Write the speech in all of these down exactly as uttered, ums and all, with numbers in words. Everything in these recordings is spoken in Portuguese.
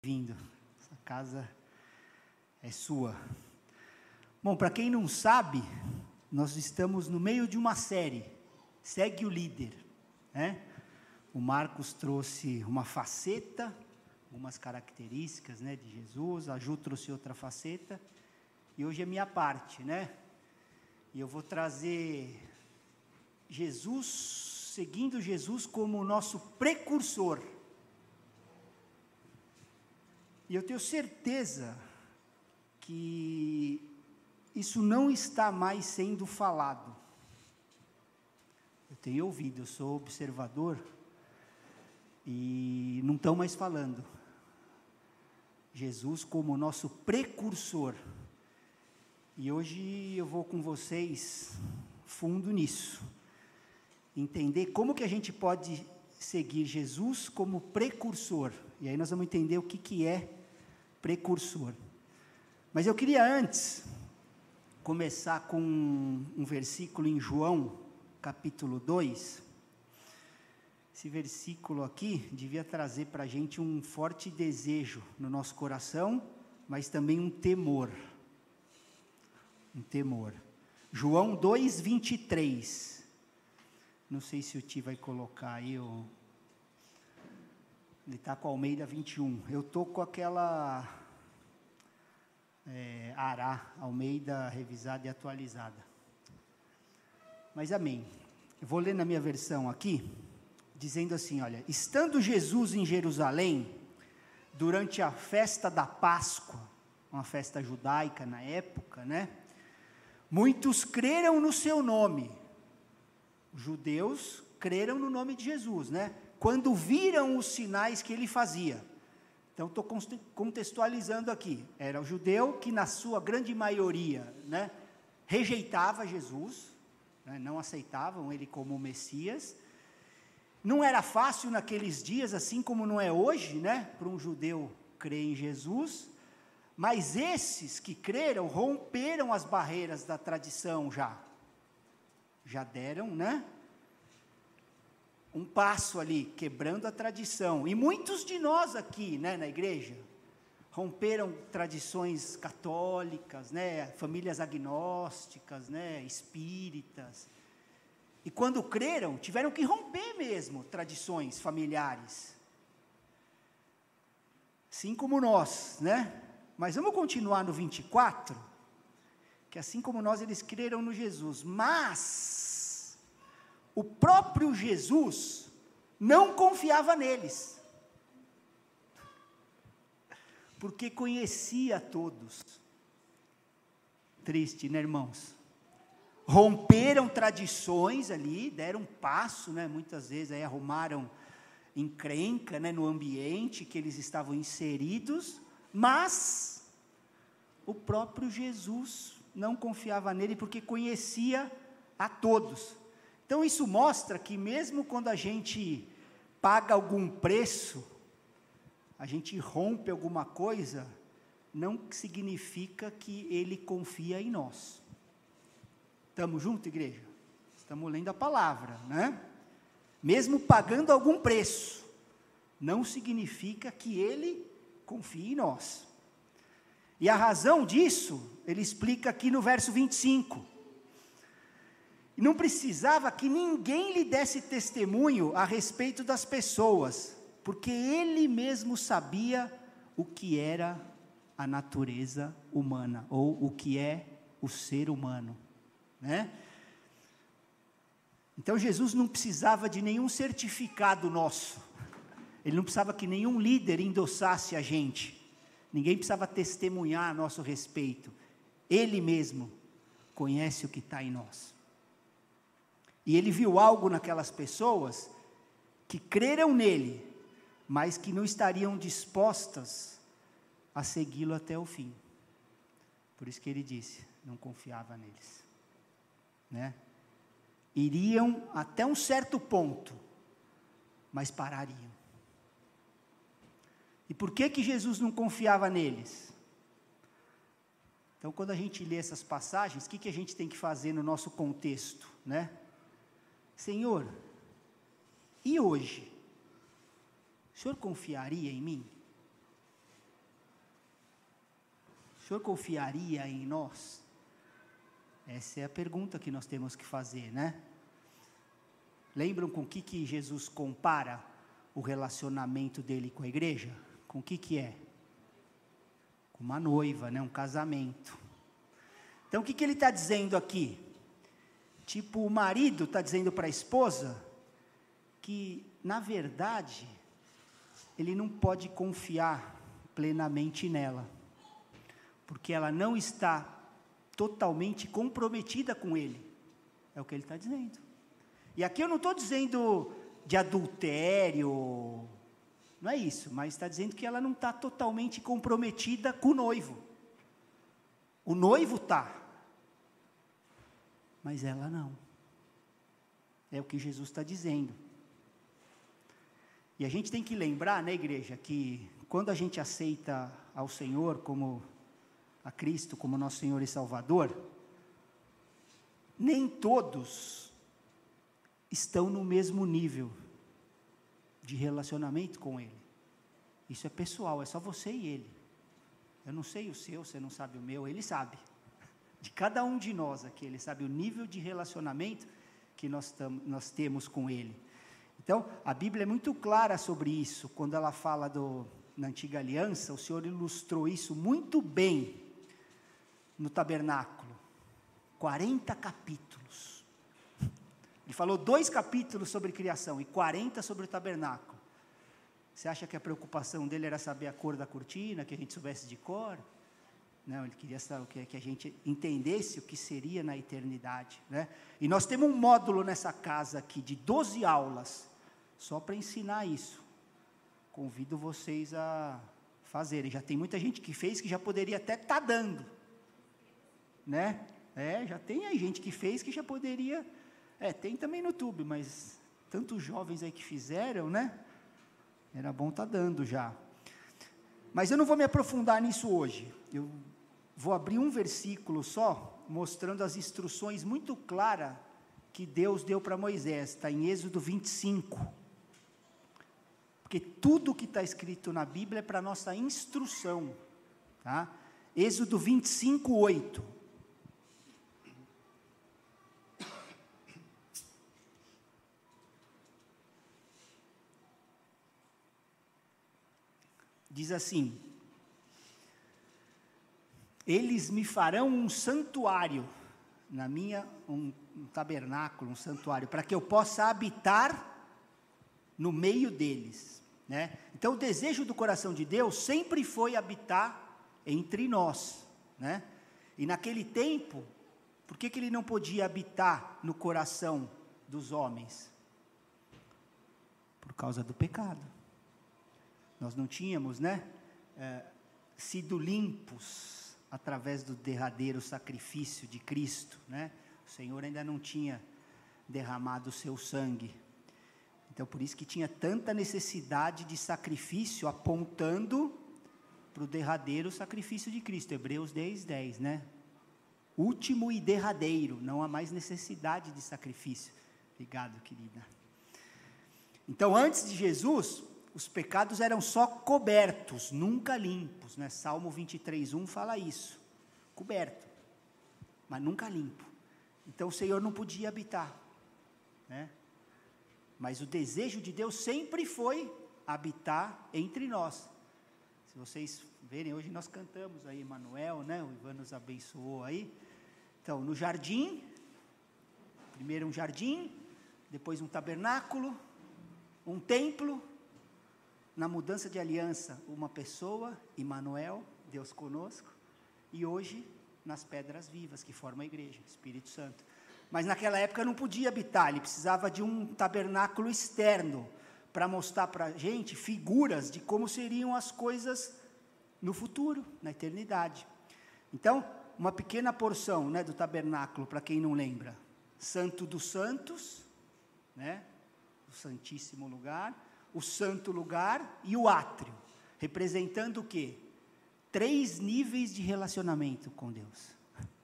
Vindo, essa casa é sua. Bom, para quem não sabe, nós estamos no meio de uma série, Segue o Líder, né? O Marcos trouxe uma faceta, algumas características, né, de Jesus, a Ju trouxe outra faceta, e hoje é minha parte, né? E eu vou trazer Jesus, seguindo Jesus como o nosso precursor. E eu tenho certeza que isso não está mais sendo falado. Eu tenho ouvido, eu sou observador, e não estão mais falando. Jesus como nosso precursor. E hoje eu vou com vocês fundo nisso. Entender como que a gente pode seguir Jesus como precursor. E aí nós vamos entender o que, que é precursor. Mas eu queria antes começar com um, um versículo em João, capítulo dois. Esse versículo aqui devia trazer para a gente um forte desejo no nosso coração, mas também um temor. Um temor. João dois, vinte e três. Não sei se o Ti vai colocar aí o... Ele está com a Almeida vinte e um. Eu estou com aquela é, Ará, Almeida revisada e atualizada. Mas amém. Eu vou ler na minha versão aqui, dizendo assim, olha, estando Jesus em Jerusalém, durante a festa da Páscoa, uma festa judaica na época, né? Muitos creram no seu nome. Os judeus creram no nome de Jesus, né? Quando viram os sinais que ele fazia. Então, estou contextualizando aqui. Era o judeu que, na sua grande maioria, né, rejeitava Jesus, né, não aceitavam ele como Messias. Não era fácil naqueles dias, assim como não é hoje, né, para um judeu crer em Jesus. Mas esses que creram, romperam as barreiras da tradição já. Já deram, né? Um passo ali, quebrando a tradição. E muitos de nós aqui, né, na igreja, romperam tradições católicas, né, famílias agnósticas, né, espíritas. E quando creram, tiveram que romper mesmo tradições familiares. Assim como nós, né? Mas vamos continuar no vinte e quatro, que assim como nós, eles creram no Jesus. Mas o próprio Jesus não confiava neles, porque conhecia todos. Triste, né, irmãos? Romperam tradições ali, deram um passo, né, muitas vezes aí arrumaram encrenca, né, no ambiente que eles estavam inseridos, mas o próprio Jesus não confiava nele, porque conhecia a todos. Então, isso mostra que mesmo quando a gente paga algum preço, a gente rompe alguma coisa, não significa que ele confia em nós. Estamos juntos, igreja? Estamos lendo a palavra, né? Mesmo pagando algum preço, não significa que ele confie em nós. E a razão disso, ele explica aqui no verso vinte e cinco. Não precisava que ninguém lhe desse testemunho a respeito das pessoas, porque ele mesmo sabia o que era a natureza humana, ou o que é o ser humano, né? Então Jesus não precisava de nenhum certificado nosso, ele não precisava que nenhum líder endossasse a gente, ninguém precisava testemunhar a nosso respeito, ele mesmo conhece o que está em nós. E ele viu algo naquelas pessoas que creram nele, mas que não estariam dispostas a segui-lo até o fim. Por isso que ele disse, não confiava neles, né? Iriam até um certo ponto, mas parariam. E por que que Jesus não confiava neles? Então, quando a gente lê essas passagens, o que que a gente tem que fazer no nosso contexto, né? Senhor, e hoje? O Senhor confiaria em mim? Senhor confiaria em nós? Essa é a pergunta que nós temos que fazer, né? Lembram com o que, que Jesus compara o relacionamento dele com a igreja? Com o que que é? Com uma noiva, né? Um casamento. Então o que, que ele está dizendo aqui? Tipo, o marido está dizendo para a esposa que, na verdade, ele não pode confiar plenamente nela, porque ela não está totalmente comprometida com ele. É o que ele está dizendo. E aqui eu não estou dizendo de adultério, não é isso, mas está dizendo que ela não está totalmente comprometida com o noivo. O noivo está, mas ela não. É o que Jesus está dizendo. E a gente tem que lembrar, né, igreja, que quando a gente aceita ao Senhor como, a Cristo como nosso Senhor e Salvador, nem todos estão no mesmo nível de relacionamento com Ele. Isso é pessoal, é só você e Ele. Eu não sei o seu, você não sabe o meu, Ele sabe. De cada um de nós aqui, Ele sabe o nível de relacionamento que nós, tam, nós temos com Ele. Então, a Bíblia é muito clara sobre isso. Quando ela fala do, na Antiga Aliança, o Senhor ilustrou isso muito bem no tabernáculo. quarenta capítulos. Ele falou dois capítulos sobre criação e quarenta sobre o tabernáculo. Você acha que a preocupação dele era saber a cor da cortina, que a gente soubesse de cor? Não, ele queria saber, que a gente entendesse o que seria na eternidade, né? E nós temos um módulo nessa casa aqui de doze aulas, só para ensinar isso. Convido vocês a fazerem. Já tem muita gente que fez, que já poderia até estar tá dando, né? É, já tem aí gente que fez, que já poderia... É, tem também no YouTube, mas tantos jovens aí que fizeram, né? Era bom estar tá dando já. Mas eu não vou me aprofundar nisso hoje. Eu vou abrir um versículo só, mostrando as instruções muito claras que Deus deu para Moisés. Está em Êxodo vinte e cinco. Porque tudo que está escrito na Bíblia é para nossa instrução. Tá? Êxodo vinte e cinco, oito. Diz assim: eles me farão um santuário, na minha, um, um tabernáculo, um santuário, para que eu possa habitar no meio deles, né? Então o desejo do coração de Deus sempre foi habitar entre nós, né? E naquele tempo, por que que ele não podia habitar no coração dos homens? Por causa do pecado. Nós não tínhamos, né, é, sido limpos através do derradeiro sacrifício de Cristo, né? O Senhor ainda não tinha derramado o seu sangue. Então, por isso que tinha tanta necessidade de sacrifício, apontando para o derradeiro sacrifício de Cristo. Hebreus dez, dez, né? Último e derradeiro, não há mais necessidade de sacrifício. Obrigado, querida. Então, antes de Jesus, os pecados eram só cobertos, nunca limpos, né? Salmo vinte e três, um fala isso, coberto, mas nunca limpo. Então o Senhor não podia habitar, né? Mas o desejo de Deus sempre foi habitar entre nós. Se vocês verem, hoje nós cantamos aí, Emanuel, né? O Ivan nos abençoou aí. Então, no jardim, primeiro um jardim, depois um tabernáculo, um templo. Na mudança de aliança, uma pessoa, Emanuel, Deus conosco, e hoje, nas pedras vivas, que formam a igreja, Espírito Santo. Mas naquela época não podia habitar, ele precisava de um tabernáculo externo, para mostrar para a gente figuras de como seriam as coisas no futuro, na eternidade. Então, uma pequena porção, né, do tabernáculo, para quem não lembra, Santo dos Santos, né, o Santíssimo Lugar, o santo lugar e o átrio, representando o quê? Três níveis de relacionamento com Deus.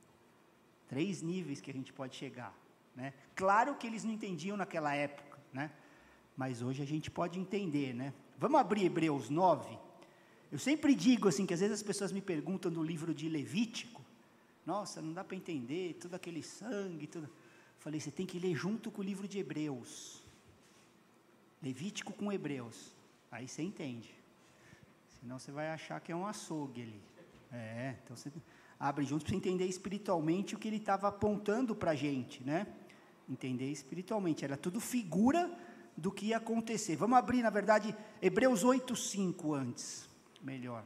Três níveis que a gente pode chegar, né? Claro que eles não entendiam naquela época, né? Mas hoje a gente pode entender, né? Vamos abrir Hebreus nove. Eu sempre digo assim, que às vezes as pessoas me perguntam do livro de Levítico, nossa, não dá para entender, todo aquele sangue, tudo. Eu falei, você tem que ler junto com o livro de Hebreus, Levítico com Hebreus, aí você entende, senão você vai achar que é um açougue ali, é, então você abre junto para você entender espiritualmente o que ele estava apontando para a gente, né, entender espiritualmente, era tudo figura do que ia acontecer. Vamos abrir, na verdade, Hebreus oito, cinco antes, melhor,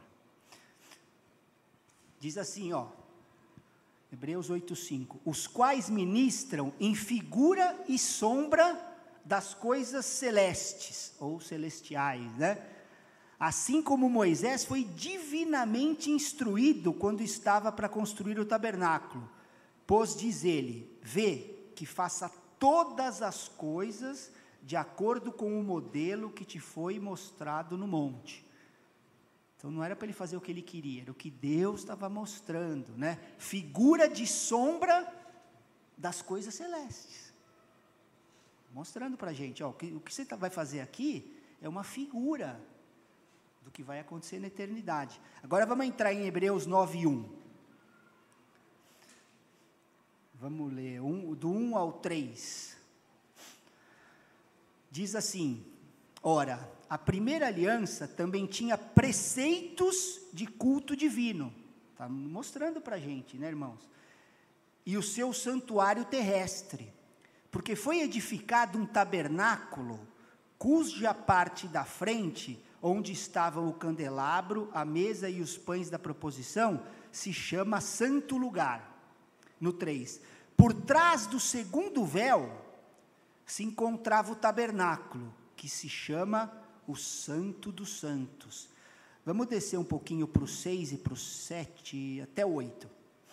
diz assim, ó, Hebreus oito, cinco, os quais ministram em figura e sombra das coisas celestes, ou celestiais, né? Assim como Moisés foi divinamente instruído quando estava para construir o tabernáculo, pois diz ele, vê que faça todas as coisas de acordo com o modelo que te foi mostrado no monte. Então não era para ele fazer o que ele queria, era o que Deus estava mostrando, né? Figura de sombra das coisas celestes. Mostrando para a gente, ó, o, que, o que você vai fazer aqui é uma figura do que vai acontecer na eternidade. Agora vamos entrar em Hebreus nove, um. Vamos ler um, do um ao três. Diz assim, ora, a primeira aliança também tinha preceitos de culto divino. Está mostrando para a gente, né, irmãos? E o seu santuário terrestre. Porque foi edificado um tabernáculo, cuja parte da frente, onde estavam o candelabro, a mesa e os pães da proposição, se chama Santo Lugar. No três, por trás do segundo véu, se encontrava o tabernáculo, que se chama o Santo dos Santos. Vamos descer um pouquinho para o seis e para o sete, até o oito.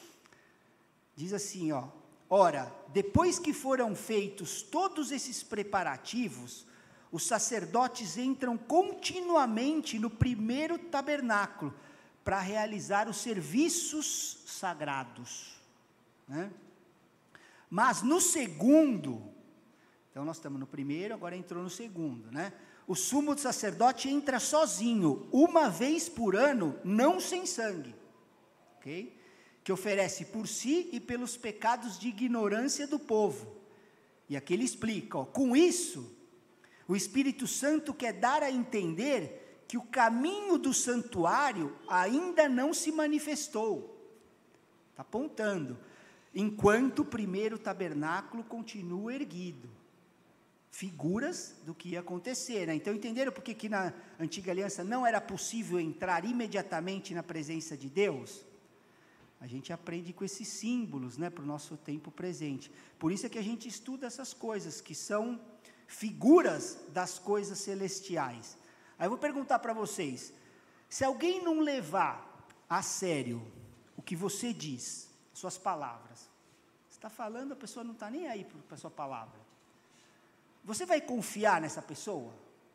Diz assim, ó, ora, depois que foram feitos todos esses preparativos, os sacerdotes entram continuamente no primeiro tabernáculo, para realizar os serviços sagrados, né? Mas no segundo, então nós estamos no primeiro, agora entrou no segundo, né? O sumo sacerdote entra sozinho, uma vez por ano, não sem sangue, ok? Que oferece por si e pelos pecados de ignorância do povo. E aqui ele explica, ó, com isso, o Espírito Santo quer dar a entender que o caminho do santuário ainda não se manifestou. Está apontando, enquanto o primeiro tabernáculo continua erguido. Figuras do que ia acontecer, né? Então entenderam porque que na antiga aliança não era possível entrar imediatamente na presença de Deus? A gente aprende com esses símbolos, né, para o nosso tempo presente. Por isso é que a gente estuda essas coisas, que são figuras das coisas celestiais. Aí eu vou perguntar para vocês, se alguém não levar a sério o que você diz, suas palavras, você está falando, a pessoa não está nem aí para a sua palavra, você vai confiar nessa pessoa?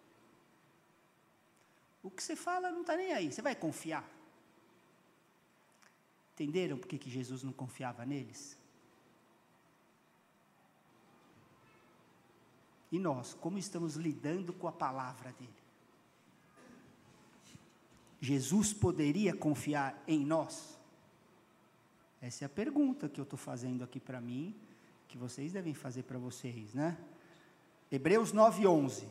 O que você fala não está nem aí, você vai confiar? Entenderam por que que Jesus não confiava neles? E nós, como estamos lidando com a palavra dele? Jesus poderia confiar em nós? Essa é a pergunta que eu estou fazendo aqui para mim, que vocês devem fazer para vocês, né? Hebreus nove, onze.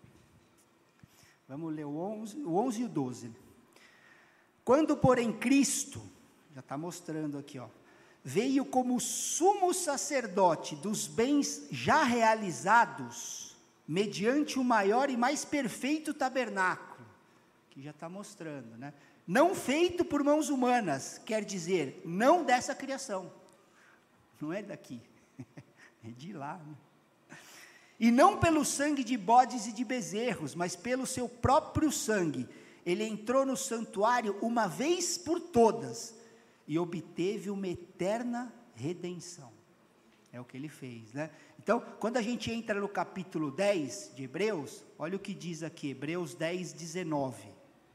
Vamos ler o onze, o onze e o doze. Quando, porém, Cristo, já está mostrando aqui, ó, veio como sumo sacerdote dos bens já realizados, mediante o maior e mais perfeito tabernáculo, que já está mostrando, né? Não feito por mãos humanas, quer dizer, não dessa criação, não é daqui, é de lá, né? E não pelo sangue de bodes e de bezerros, mas pelo seu próprio sangue, ele entrou no santuário uma vez por todas, e obteve uma eterna redenção. É o que ele fez, né? Então, quando a gente entra no capítulo dez de Hebreus, olha o que diz aqui, Hebreus dez, dezenove.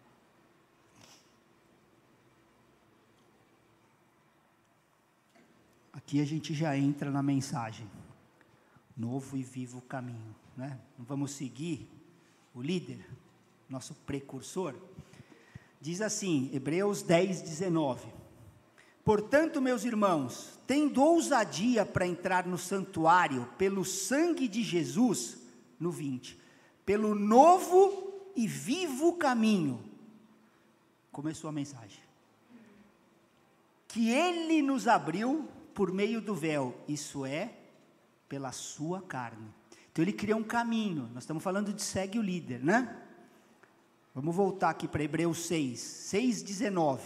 Aqui a gente já entra na mensagem. Novo e vivo caminho, né? Vamos seguir o líder, nosso precursor. Diz assim, Hebreus dez, dezenove. Portanto, meus irmãos, tendo ousadia para entrar no santuário pelo sangue de Jesus, no vinte, pelo novo e vivo caminho, começou a mensagem, que ele nos abriu por meio do véu, isso é, pela sua carne. Então ele criou um caminho, nós estamos falando de segue o líder, né? Vamos voltar aqui para Hebreus seis, seis, dezenove.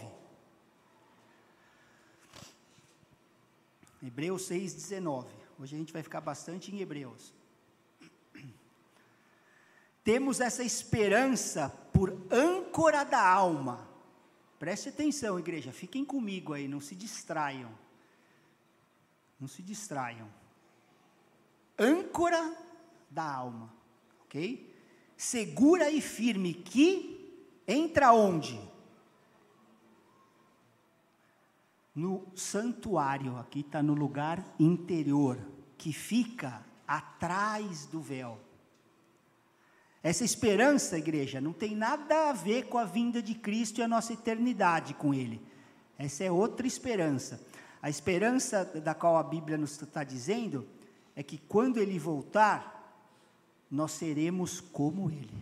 Hebreus seis, dezenove. Hoje a gente vai ficar bastante em Hebreus. Temos essa esperança por âncora da alma. Preste atenção, igreja, fiquem comigo aí, não se distraiam. Não se distraiam. Âncora da alma, ok? Segura e firme, que entra onde? No santuário, aqui está no lugar interior, que fica atrás do véu. Essa esperança, igreja, não tem nada a ver com a vinda de Cristo e a nossa eternidade com Ele. Essa é outra esperança. A esperança da qual a Bíblia nos está dizendo é que quando Ele voltar, nós seremos como Ele.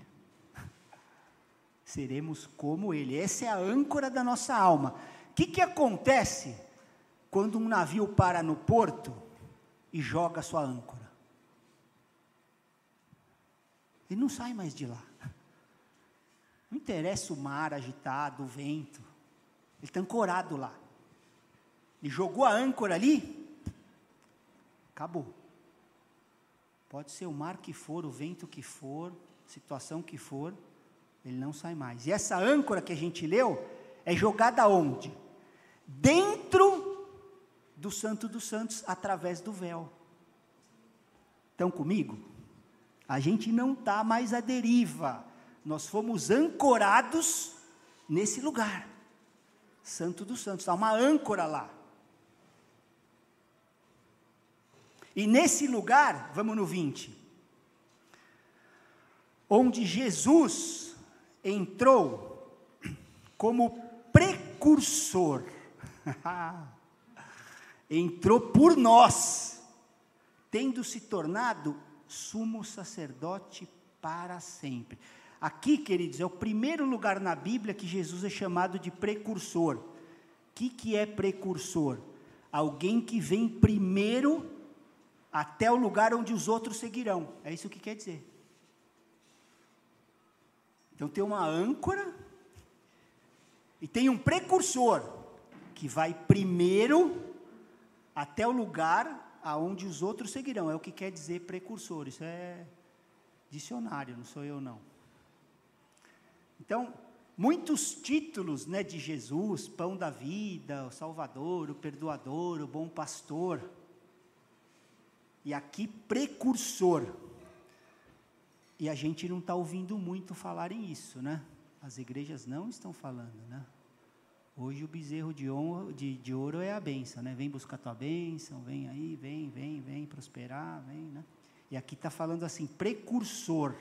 Seremos como Ele. Essa é a âncora da nossa alma. O que, que acontece quando um navio para no porto e joga sua âncora? Ele não sai mais de lá. Não interessa o mar agitado, o vento. Ele está ancorado lá. Ele jogou a âncora ali, acabou. Pode ser o mar que for, o vento que for, situação que for, ele não sai mais. E essa âncora que a gente leu, é jogada onde? Dentro do Santo dos Santos, através do véu. Estão comigo? A gente não está mais à deriva, nós fomos ancorados nesse lugar, Santo dos Santos, há uma âncora lá. E nesse lugar, vamos no vinte, onde Jesus entrou como precursor, entrou por nós, tendo se tornado sumo sacerdote para sempre. Aqui, queridos, é o primeiro lugar na Bíblia que Jesus é chamado de precursor. O que, que é precursor? Alguém que vem primeiro até o lugar onde os outros seguirão. É isso que quer dizer. Então tem uma âncora e tem um precursor que vai primeiro até o lugar aonde os outros seguirão. É o que quer dizer precursor. Isso é dicionário, não sou eu não. Então, muitos títulos, né, de Jesus, pão da vida, o Salvador, o Perdoador, o Bom Pastor. E aqui precursor. E a gente não está ouvindo muito falar em isso, né? As igrejas não estão falando, né? Hoje o bezerro de, honra, de, de ouro é a bênção, né? Vem buscar tua bênção, vem aí, vem, vem, vem prosperar, vem, né? E aqui está falando assim, precursor.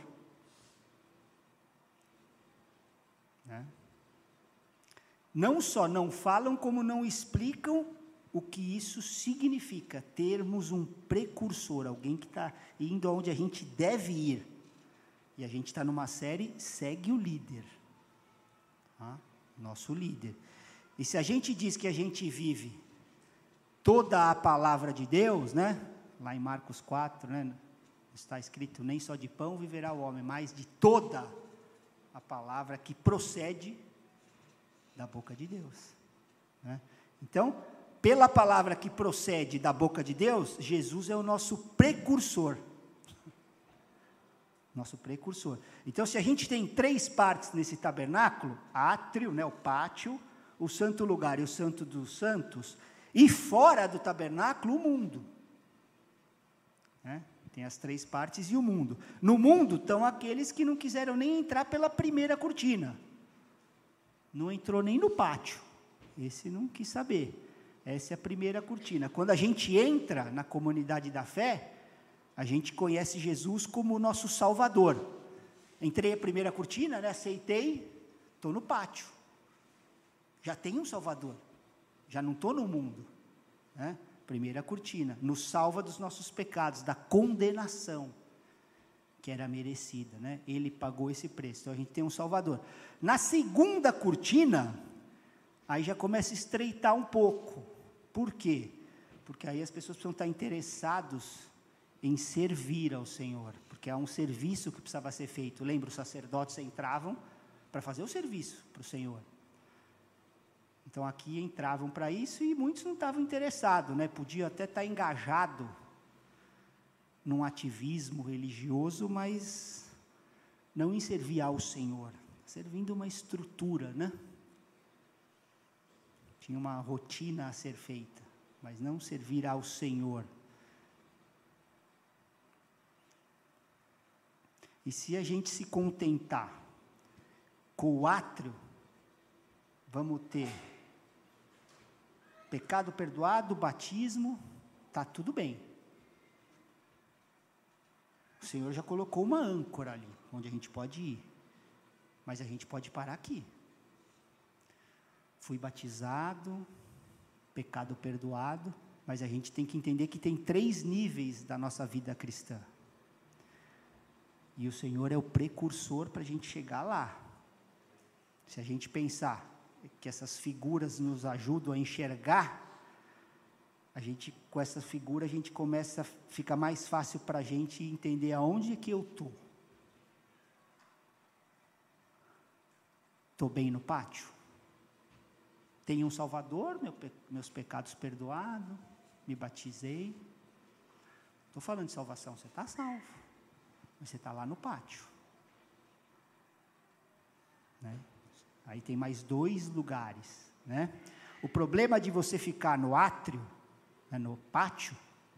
Né? Não só não falam, como não explicam o que isso significa, termos um precursor, alguém que está indo aonde a gente deve ir. E a gente está numa série, segue o líder. Tá? Nosso líder. E se a gente diz que a gente vive toda a palavra de Deus, né? Lá em Marcos quatro, né? Está escrito, nem só de pão viverá o homem, mas de toda a palavra que procede da boca de Deus. Né? Então, pela palavra que procede da boca de Deus, Jesus é o nosso precursor. Nosso precursor. Então, se a gente tem três partes nesse tabernáculo, átrio, né, o pátio, o santo lugar e o santo dos santos, e fora do tabernáculo, o mundo. Né? Tem as três partes e o mundo. No mundo estão aqueles que não quiseram nem entrar pela primeira cortina. Não entrou nem no pátio. Esse não quis saber. Essa é a primeira cortina. Quando a gente entra na comunidade da fé, a gente conhece Jesus como o nosso Salvador. Entrei a primeira cortina, né, aceitei, estou no pátio. já tem um Salvador, já não estou no mundo, né? Primeira cortina, nos salva dos nossos pecados, da condenação, que era merecida, né? Ele pagou esse preço, então a gente tem um Salvador. Na segunda cortina, aí já começa a estreitar um pouco. Por quê? Porque aí as pessoas precisam estar interessados em servir ao Senhor, porque há um serviço que precisava ser feito. Lembra, os sacerdotes entravam para fazer o serviço para o Senhor. Então aqui entravam para isso e muitos não estavam interessados, né? Podiam até estar engajado num ativismo religioso, mas não em servir ao Senhor, servindo uma estrutura, né? Tinha uma rotina a ser feita, mas não servir ao Senhor. E se a gente se contentar com o átrio, vamos ter pecado perdoado, batismo, está tudo bem. O Senhor já colocou uma âncora ali, onde a gente pode ir, mas a gente pode parar aqui. Fui batizado, pecado perdoado, mas a gente tem que entender que tem três níveis da nossa vida cristã. E o Senhor é o precursor para a gente chegar lá. Se a gente pensar que essas figuras nos ajudam a enxergar, a gente, com essa figura, a gente começa, fica mais fácil para a gente entender aonde é que eu estou. Estou bem no pátio? Tenho um Salvador, meu, meus pecados perdoados, me batizei. Estou falando de salvação, você está salvo, mas você está lá no pátio, né? Aí tem mais dois lugares, né? O problema de você ficar no átrio, né, no pátio,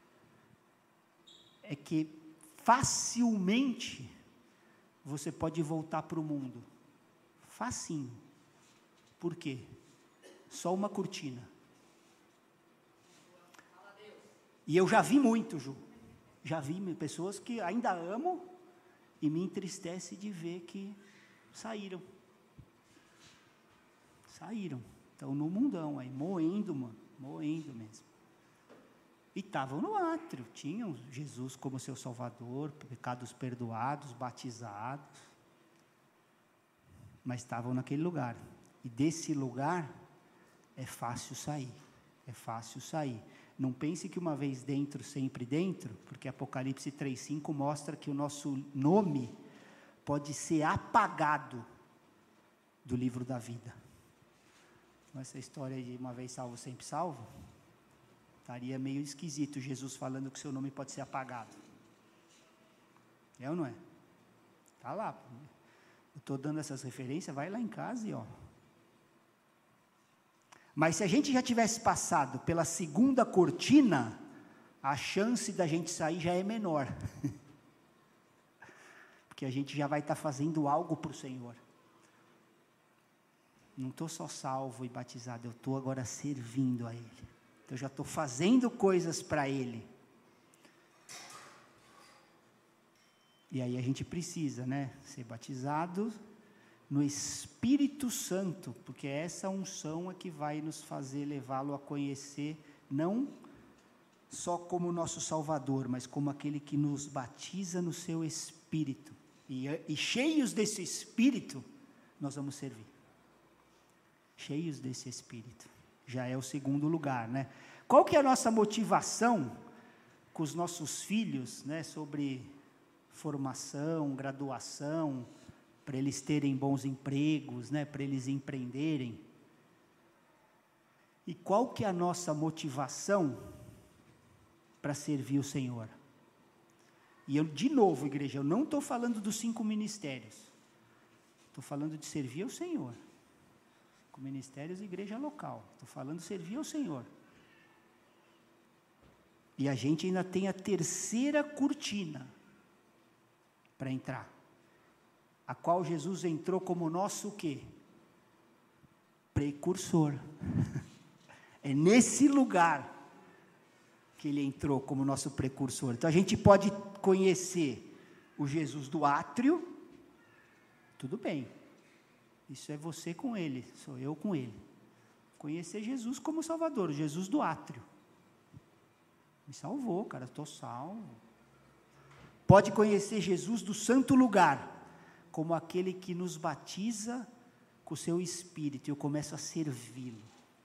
é que facilmente você pode voltar para o mundo. Facinho. Por quê? Só uma cortina. E eu já vi muito, Ju. Já vi pessoas que ainda amo e me entristece de ver que saíram. Saíram. Estão no mundão aí, moendo, mano. Moendo mesmo. E estavam no átrio. Tinham Jesus como seu Salvador, pecados perdoados, batizados. Mas estavam naquele lugar. E desse lugar é fácil sair. É fácil sair. Não pense que uma vez dentro, sempre dentro, porque Apocalipse três, cinco mostra que o nosso nome pode ser apagado do livro da vida. Essa história de uma vez salvo, sempre salvo, estaria meio esquisito Jesus falando que seu nome pode ser apagado. É ou não é? Está lá. Eu estou dando essas referências, vai lá em casa e ó. Mas se a gente já tivesse passado pela segunda cortina, a chance da gente sair já é menor. Porque a gente já vai estar fazendo algo para o Senhor. Não estou só salvo e batizado, eu estou agora servindo a Ele. Então, eu já estou fazendo coisas para Ele. E aí a gente precisa, né, ser batizado no Espírito Santo, porque essa unção é que vai nos fazer levá-lo a conhecer, não só como nosso Salvador, mas como aquele que nos batiza no seu Espírito. E, e cheios desse Espírito, nós vamos servir. Cheios desse Espírito. Já é o segundo lugar, né? Qual que é a nossa motivação com os nossos filhos, né? Sobre formação, graduação, para eles terem bons empregos, né? Para eles empreenderem. E qual que é a nossa motivação para servir o Senhor? E eu, de novo, igreja, eu não estou falando dos cinco ministérios. Estou falando de servir ao Senhor. Com ministérios e igreja local. Estou falando de servir ao Senhor. E a gente ainda tem a terceira cortina para entrar. A qual Jesus entrou como nosso o quê? Precursor. É nesse lugar que ele entrou como nosso precursor. Então a gente pode conhecer o Jesus do átrio, tudo bem. Isso é você com ele, sou eu com ele. conhecer Jesus como Salvador, Jesus do átrio. Me salvou, cara, estou salvo. Pode conhecer Jesus do santo lugar, como aquele que nos batiza com o seu Espírito, e eu começo a servi-lo.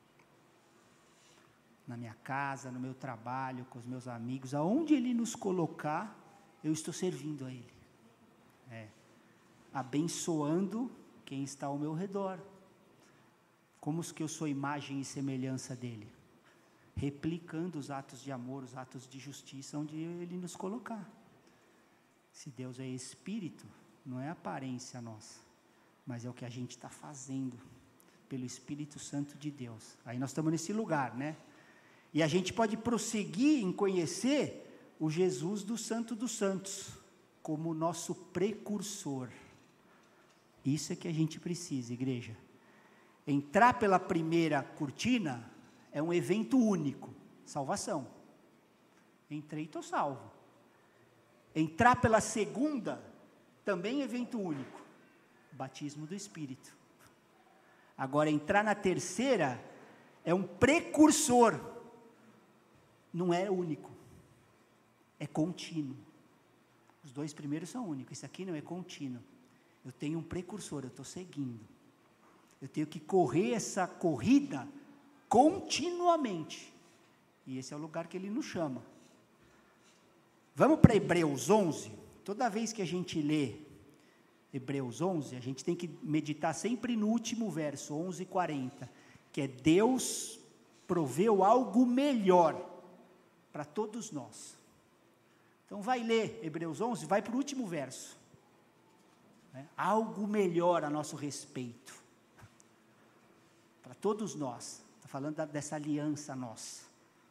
Na minha casa, no meu trabalho, com os meus amigos, aonde Ele nos colocar, eu estou servindo a Ele. É, abençoando quem está ao meu redor. Como que eu sou imagem e semelhança dEle? Replicando os atos de amor, os atos de justiça, onde Ele nos colocar. Se Deus é Espírito, não é aparência nossa, mas é o que a gente está fazendo, pelo Espírito Santo de Deus. Aí nós estamos nesse lugar, né? E a gente pode prosseguir em conhecer o Jesus do Santo dos Santos, como o nosso precursor. Isso é que a gente precisa, igreja. Entrar pela primeira cortina é um evento único, salvação. Entrei e estou salvo. Entrar pela segunda, também é evento único, batismo do Espírito. Agora, entrar na terceira é um precursor, não é único, é contínuo. Os dois primeiros são únicos, esse aqui não é contínuo. Eu tenho um precursor, eu estou seguindo. Eu tenho que correr essa corrida continuamente. E esse é o lugar que Ele nos chama. Vamos para Hebreus onze. Toda vez que a gente lê Hebreus onze, a gente tem que meditar sempre no último verso, onze e quarenta, que é Deus proveu algo melhor para todos nós. Então vai ler Hebreus onze, vai para o último verso. Né? Algo melhor a nosso respeito. Para todos nós. Está falando da, dessa aliança nossa.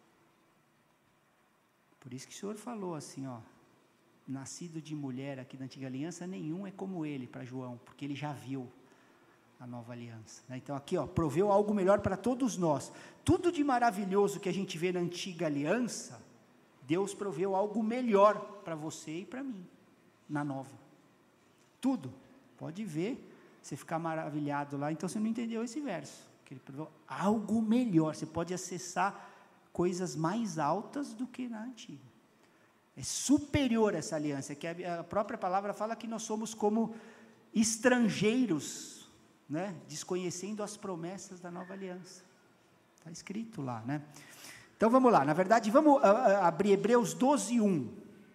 Por isso que o Senhor falou assim, ó, nascido de mulher aqui da antiga aliança, nenhum é como ele, para João, porque ele já viu a nova aliança. Né? Então aqui, ó, proveu algo melhor para todos nós. Tudo de maravilhoso que a gente vê na antiga aliança, Deus proveu algo melhor para você e para mim, na nova. Tudo. Pode ver, você ficar maravilhado lá, então você não entendeu esse verso. Que ele proveu algo melhor, você pode acessar coisas mais altas do que na antiga. É superior essa aliança, que a própria palavra fala que nós somos como estrangeiros, né, desconhecendo as promessas da nova aliança. Está escrito lá, né? Então vamos lá, na verdade, vamos a, a, abrir Hebreus doze, um.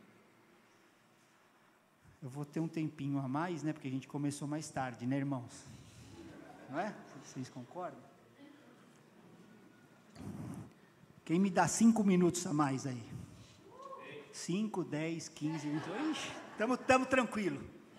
Eu vou ter um tempinho a mais, né, porque a gente começou mais tarde, né, irmãos? Não é? Vocês concordam? Quem me dá cinco minutos a mais aí? Cinco, dez, quinze, vinte. Estamos tranquilos.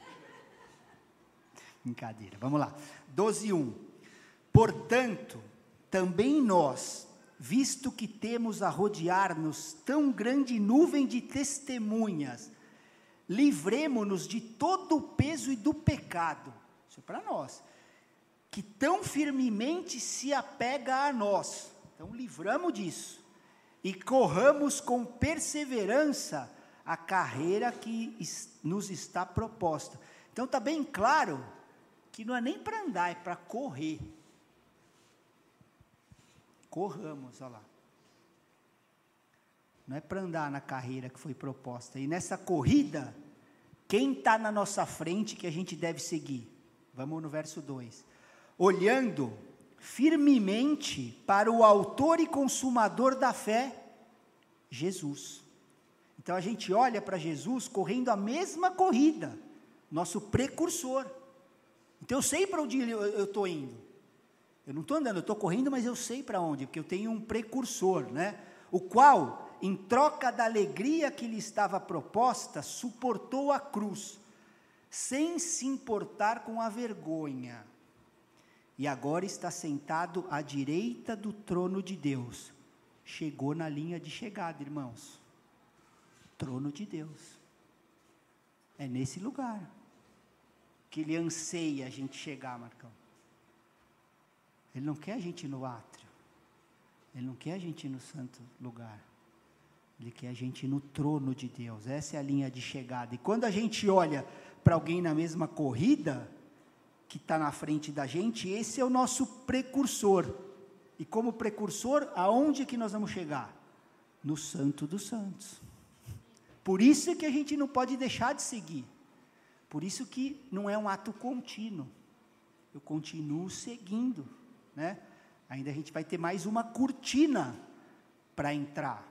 Brincadeira, vamos lá. doze, um. Portanto, também nós, visto que temos a rodear-nos tão grande nuvem de testemunhas, livremo-nos de todo o peso e do pecado. Isso é para nós. Que tão firmemente se apega a nós. Então, livramos disso. E corramos com perseverança a carreira que nos está proposta. Então, está bem claro que não é nem para andar, é para correr. Corramos, olha lá. Não é para andar na carreira que foi proposta. E nessa corrida, quem está na nossa frente que a gente deve seguir? Vamos no verso dois. Olhando firmemente para o autor e consumador da fé, Jesus. Então a gente olha para Jesus correndo a mesma corrida, nosso precursor. Então eu sei para onde eu estou indo. Eu não estou andando, eu estou correndo, mas eu sei para onde, porque eu tenho um precursor, né? O qual, em troca da alegria que lhe estava proposta, suportou a cruz, sem se importar com a vergonha. E agora está sentado à direita do trono de Deus. Chegou na linha de chegada, irmãos. Trono de Deus. É nesse lugar que Ele anseia a gente chegar, Marcão. Ele não quer a gente no átrio. Ele não quer a gente no santo lugar. Ele quer a gente no trono de Deus. Essa é a linha de chegada. E quando a gente olha para alguém na mesma corrida, que está na frente da gente, esse é o nosso precursor. E como precursor, aonde que nós vamos chegar? No Santo dos Santos. Por isso é que a gente não pode deixar de seguir. Por isso que não é um ato contínuo. Eu continuo seguindo, né? Ainda a gente vai ter mais uma cortina para entrar.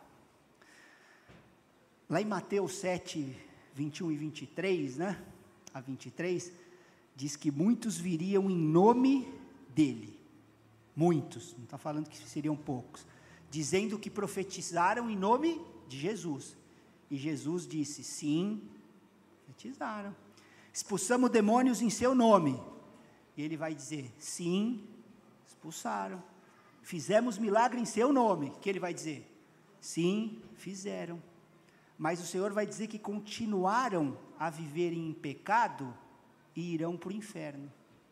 Lá em Mateus sete, vinte e um e vinte e três, né? A vinte e três, diz que muitos viriam em nome dele. Muitos, não está falando que seriam poucos. Dizendo que profetizaram em nome de Jesus. E Jesus disse, sim, profetizaram. Expulsamos demônios em seu nome. E ele vai dizer, sim, expulsaram. Fizemos milagre em seu nome. O que ele vai dizer? Sim, fizeram. Mas o Senhor vai dizer que continuaram a viver em pecado e irão para o inferno.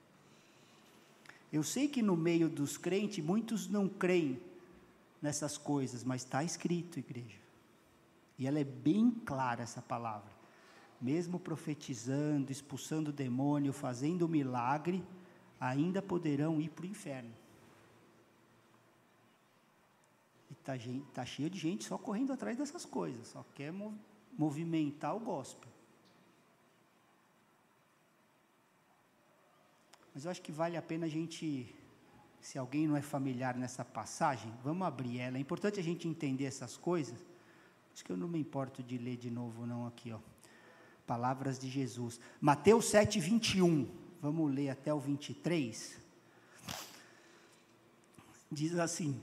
Eu sei que no meio dos crentes, muitos não creem nessas coisas, mas está escrito, igreja. E ela é bem clara, essa palavra. Mesmo profetizando, expulsando o demônio, fazendo milagre, ainda poderão ir para o inferno. E está tá cheio de gente só correndo atrás dessas coisas, só quer mov, movimentar o gospel. Mas eu acho que vale a pena a gente, se alguém não é familiar nessa passagem, vamos abrir ela. É importante a gente entender essas coisas. Acho que eu não me importo de ler de novo não aqui, ó. Palavras de Jesus. Mateus sete, vinte e um. Vamos ler até o vinte e três. Diz assim: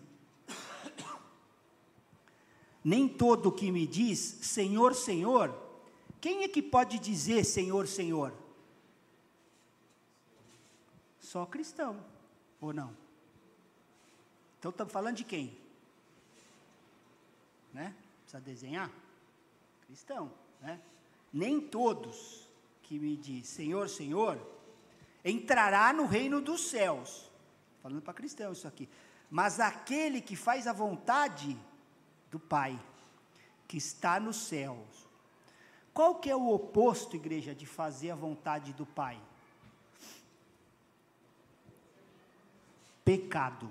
nem todo que me diz, Senhor, Senhor, quem é que pode dizer Senhor, Senhor? Só cristão, ou não? Então estamos falando de quem? Né? Precisa desenhar? Cristão, né? Nem todos que me diz Senhor, Senhor, entrará no reino dos céus. Falando para cristão isso aqui. Mas aquele que faz a vontade do Pai, que está nos céus. Qual que é o oposto, igreja, de fazer a vontade do Pai? Pecado.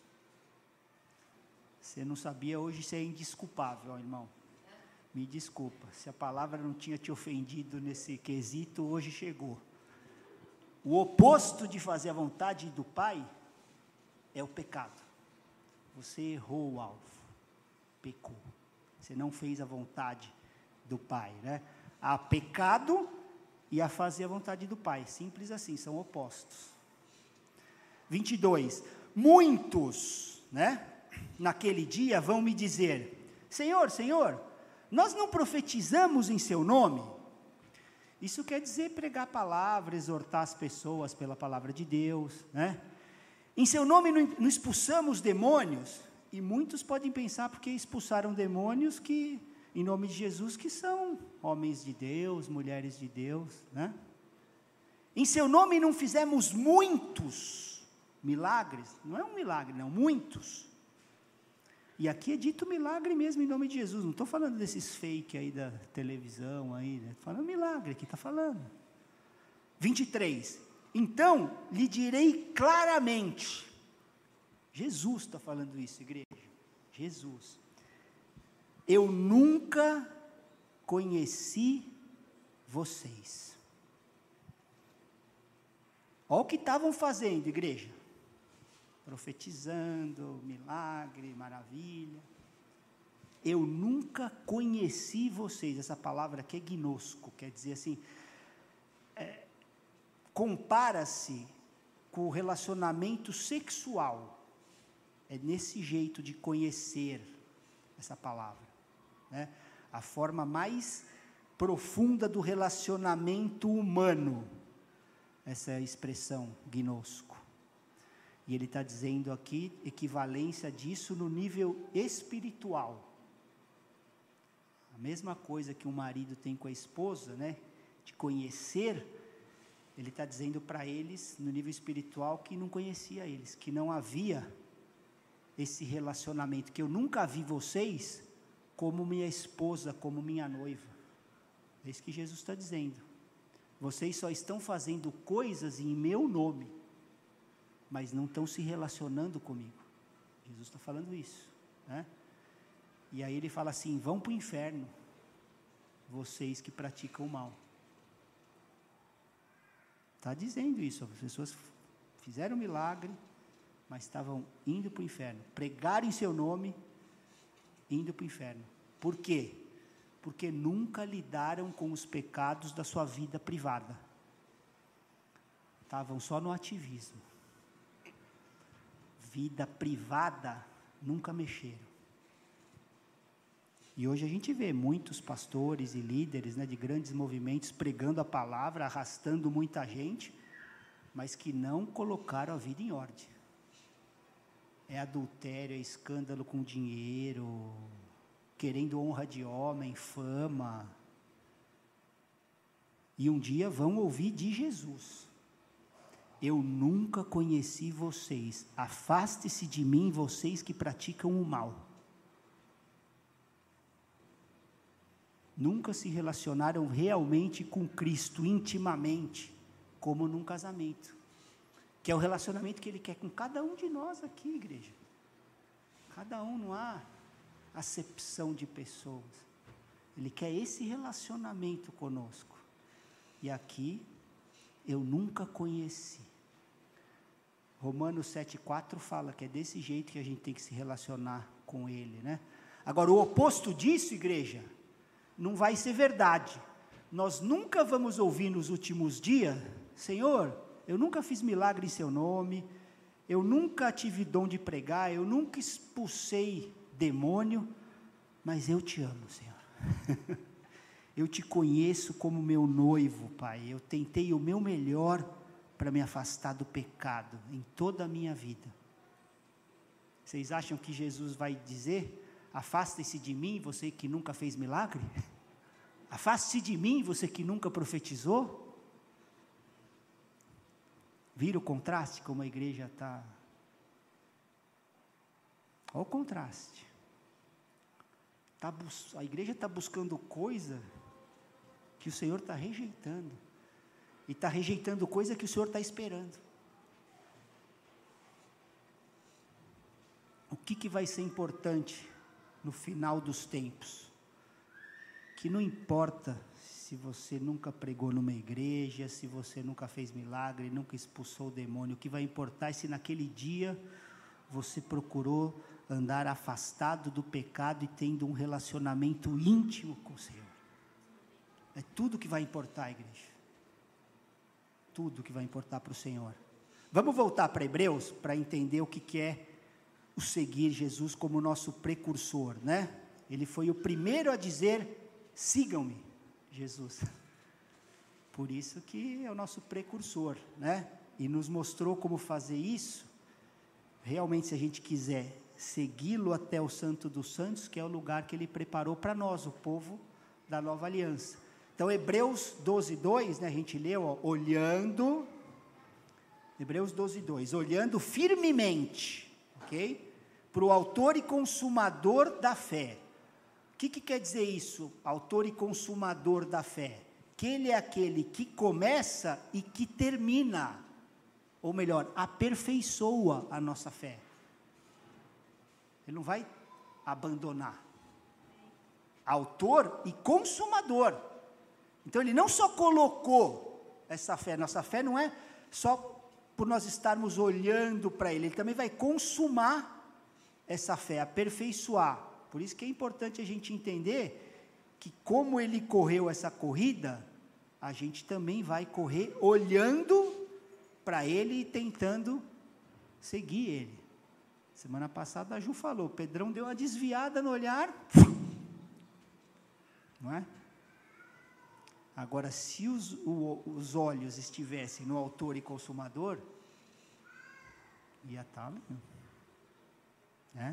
Você não sabia, hoje você é indesculpável, ó, irmão. Me desculpa, se a palavra não tinha te ofendido nesse quesito, hoje chegou. O oposto de fazer a vontade do Pai é o pecado. Você errou o alvo, pecou. Você não fez a vontade do Pai, né? Há pecado e a fazer a vontade do Pai, simples assim, são opostos. vinte e dois, muitos, né, naquele dia vão me dizer, Senhor, Senhor, nós não profetizamos em seu nome? Isso quer dizer pregar a palavra, exortar as pessoas pela palavra de Deus, né? Em seu nome não, não expulsamos demônios? E muitos podem pensar porque expulsaram demônios que, em nome de Jesus, que são homens de Deus, mulheres de Deus, né? Em seu nome não fizemos muitos milagres? Não é um milagre, não, muitos. E aqui é dito milagre mesmo em nome de Jesus, não estou falando desses fake aí da televisão, aí, né? Estou falando milagre, aqui está falando. vinte e três, então lhe direi claramente, Jesus está falando isso, igreja, Jesus, eu nunca conheci vocês. Olha o que estavam fazendo, igreja. Profetizando, milagre, maravilha. Eu nunca conheci vocês. Essa palavra aqui é gnosco, quer dizer assim, é, compara-se com o relacionamento sexual. É nesse jeito de conhecer essa palavra, né? A forma mais profunda do relacionamento humano, essa é a expressão gnosco. E ele está dizendo aqui, equivalência disso no nível espiritual. A mesma coisa que um marido tem com a esposa, né? De conhecer, ele está dizendo para eles, no nível espiritual, que não conhecia eles, que não havia esse relacionamento, que eu nunca vi vocês como minha esposa, como minha noiva. É isso que Jesus está dizendo. Vocês só estão fazendo coisas em meu nome, mas não estão se relacionando comigo. Jesus está falando isso, né? E aí ele fala assim: vão para o inferno, vocês que praticam o mal. Está dizendo isso, as pessoas fizeram um milagre, mas estavam indo para o inferno, pregaram em seu nome, indo para o inferno. Por quê? Porque nunca lidaram com os pecados da sua vida privada. Estavam só no ativismo. Vida privada, nunca mexeram. E hoje a gente vê muitos pastores e líderes, né, de grandes movimentos pregando a palavra, arrastando muita gente, mas que não colocaram a vida em ordem. É adultério, é escândalo com dinheiro, querendo honra de homem, fama. E um dia vão ouvir de Jesus: eu nunca conheci vocês, afaste-se de mim, vocês que praticam o mal. Nunca se relacionaram realmente com Cristo, intimamente, como num casamento, que é o relacionamento que Ele quer com cada um de nós aqui, igreja. Cada um, não há acepção de pessoas. Ele quer esse relacionamento conosco. E aqui, eu nunca conheci. Romanos sete, quatro fala que é desse jeito que a gente tem que se relacionar com Ele, né? Agora, o oposto disso, igreja, não vai ser verdade. Nós nunca vamos ouvir nos últimos dias: Senhor, eu nunca fiz milagre em seu nome, eu nunca tive dom de pregar, eu nunca expulsei demônio, mas eu te amo, Senhor. Eu te conheço como meu noivo, Pai. Eu tentei o meu melhor para me afastar do pecado em toda a minha vida. Vocês acham que Jesus vai dizer: afaste-se de mim, você que nunca fez milagre? Afaste-se de mim, você que nunca profetizou? Vira o contraste, como a igreja está. Olha o contraste. Tá bus... A igreja está buscando coisa que o Senhor está rejeitando. E está rejeitando coisa que o Senhor está esperando. O que, que vai ser importante no final dos tempos? Que não importa se você nunca pregou numa igreja, se você nunca fez milagre, nunca expulsou o demônio. O que vai importar é se naquele dia você procurou andar afastado do pecado e tendo um relacionamento íntimo com o Senhor. É tudo que vai importar, igreja. Tudo que vai importar para o Senhor. Vamos voltar para Hebreus para entender o que, que é o seguir Jesus como nosso precursor, né? Ele foi o primeiro a dizer: sigam-me, Jesus. Por isso que é o nosso precursor, né? E nos mostrou como fazer isso. Realmente, se a gente quiser segui-lo até o Santo dos Santos, que é o lugar que Ele preparou para nós, o povo da nova aliança. Então, Hebreus doze, dois, né, a gente leu, ó, olhando, Hebreus doze, dois, olhando firmemente, ok? Para o autor e consumador da fé. O que, que quer dizer isso, autor e consumador da fé? Que Ele é aquele que começa e que termina, ou melhor, aperfeiçoa a nossa fé. Ele não vai abandonar. Autor e consumador. Então, Ele não só colocou essa fé, nossa fé não é só por nós estarmos olhando para Ele, Ele também vai consumar essa fé, aperfeiçoar. Por isso que é importante a gente entender que como Ele correu essa corrida, a gente também vai correr olhando para Ele e tentando seguir Ele. Semana passada a Ju falou, Pedrão deu uma desviada no olhar, não é? Agora, se os, o, os olhos estivessem no autor e consumador, ia estar, né?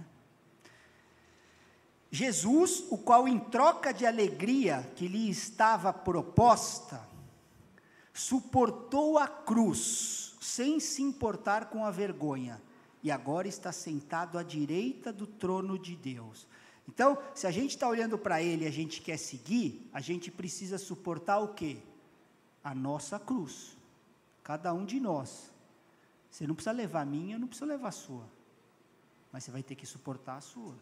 Jesus, o qual em troca de alegria que lhe estava proposta, suportou a cruz, sem se importar com a vergonha, e agora está sentado à direita do trono de Deus. Então, se a gente está olhando para Ele e a gente quer seguir, a gente precisa suportar o quê? A nossa cruz. Cada um de nós. Você não precisa levar a minha, eu não preciso levar a sua. mas você vai ter que suportar a sua.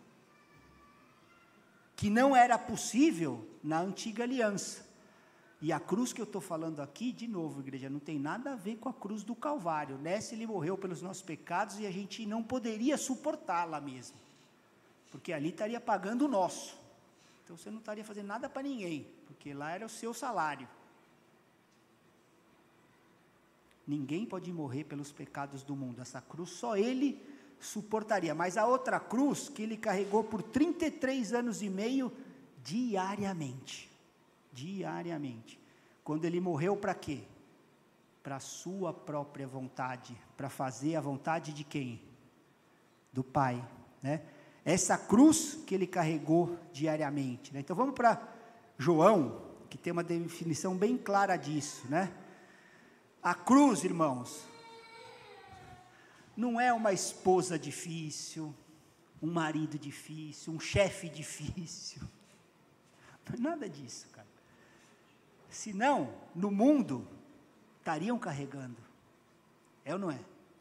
Que não era possível na antiga aliança. E a cruz que eu estou falando aqui, de novo, igreja, não tem nada a ver com a cruz do Calvário. Nessa ele morreu pelos nossos pecados e a gente não poderia suportá-la mesmo. Porque ali estaria pagando o nosso. Então você não estaria fazendo nada para ninguém, porque lá era o seu salário. Ninguém pode morrer pelos pecados do mundo. Essa cruz só ele suportaria. Mas a outra cruz que ele carregou por trinta e três anos e meio, diariamente. Diariamente. Quando ele morreu para quê? Para a sua própria vontade. Para fazer a vontade de quem? Do Pai, né? Essa cruz que ele carregou diariamente, né? Então vamos para João, que tem uma definição bem clara disso, né? A cruz, irmãos, não é uma esposa difícil, um marido difícil, um chefe difícil, não é nada disso, cara. Senão, no mundo, estariam carregando, é ou não é?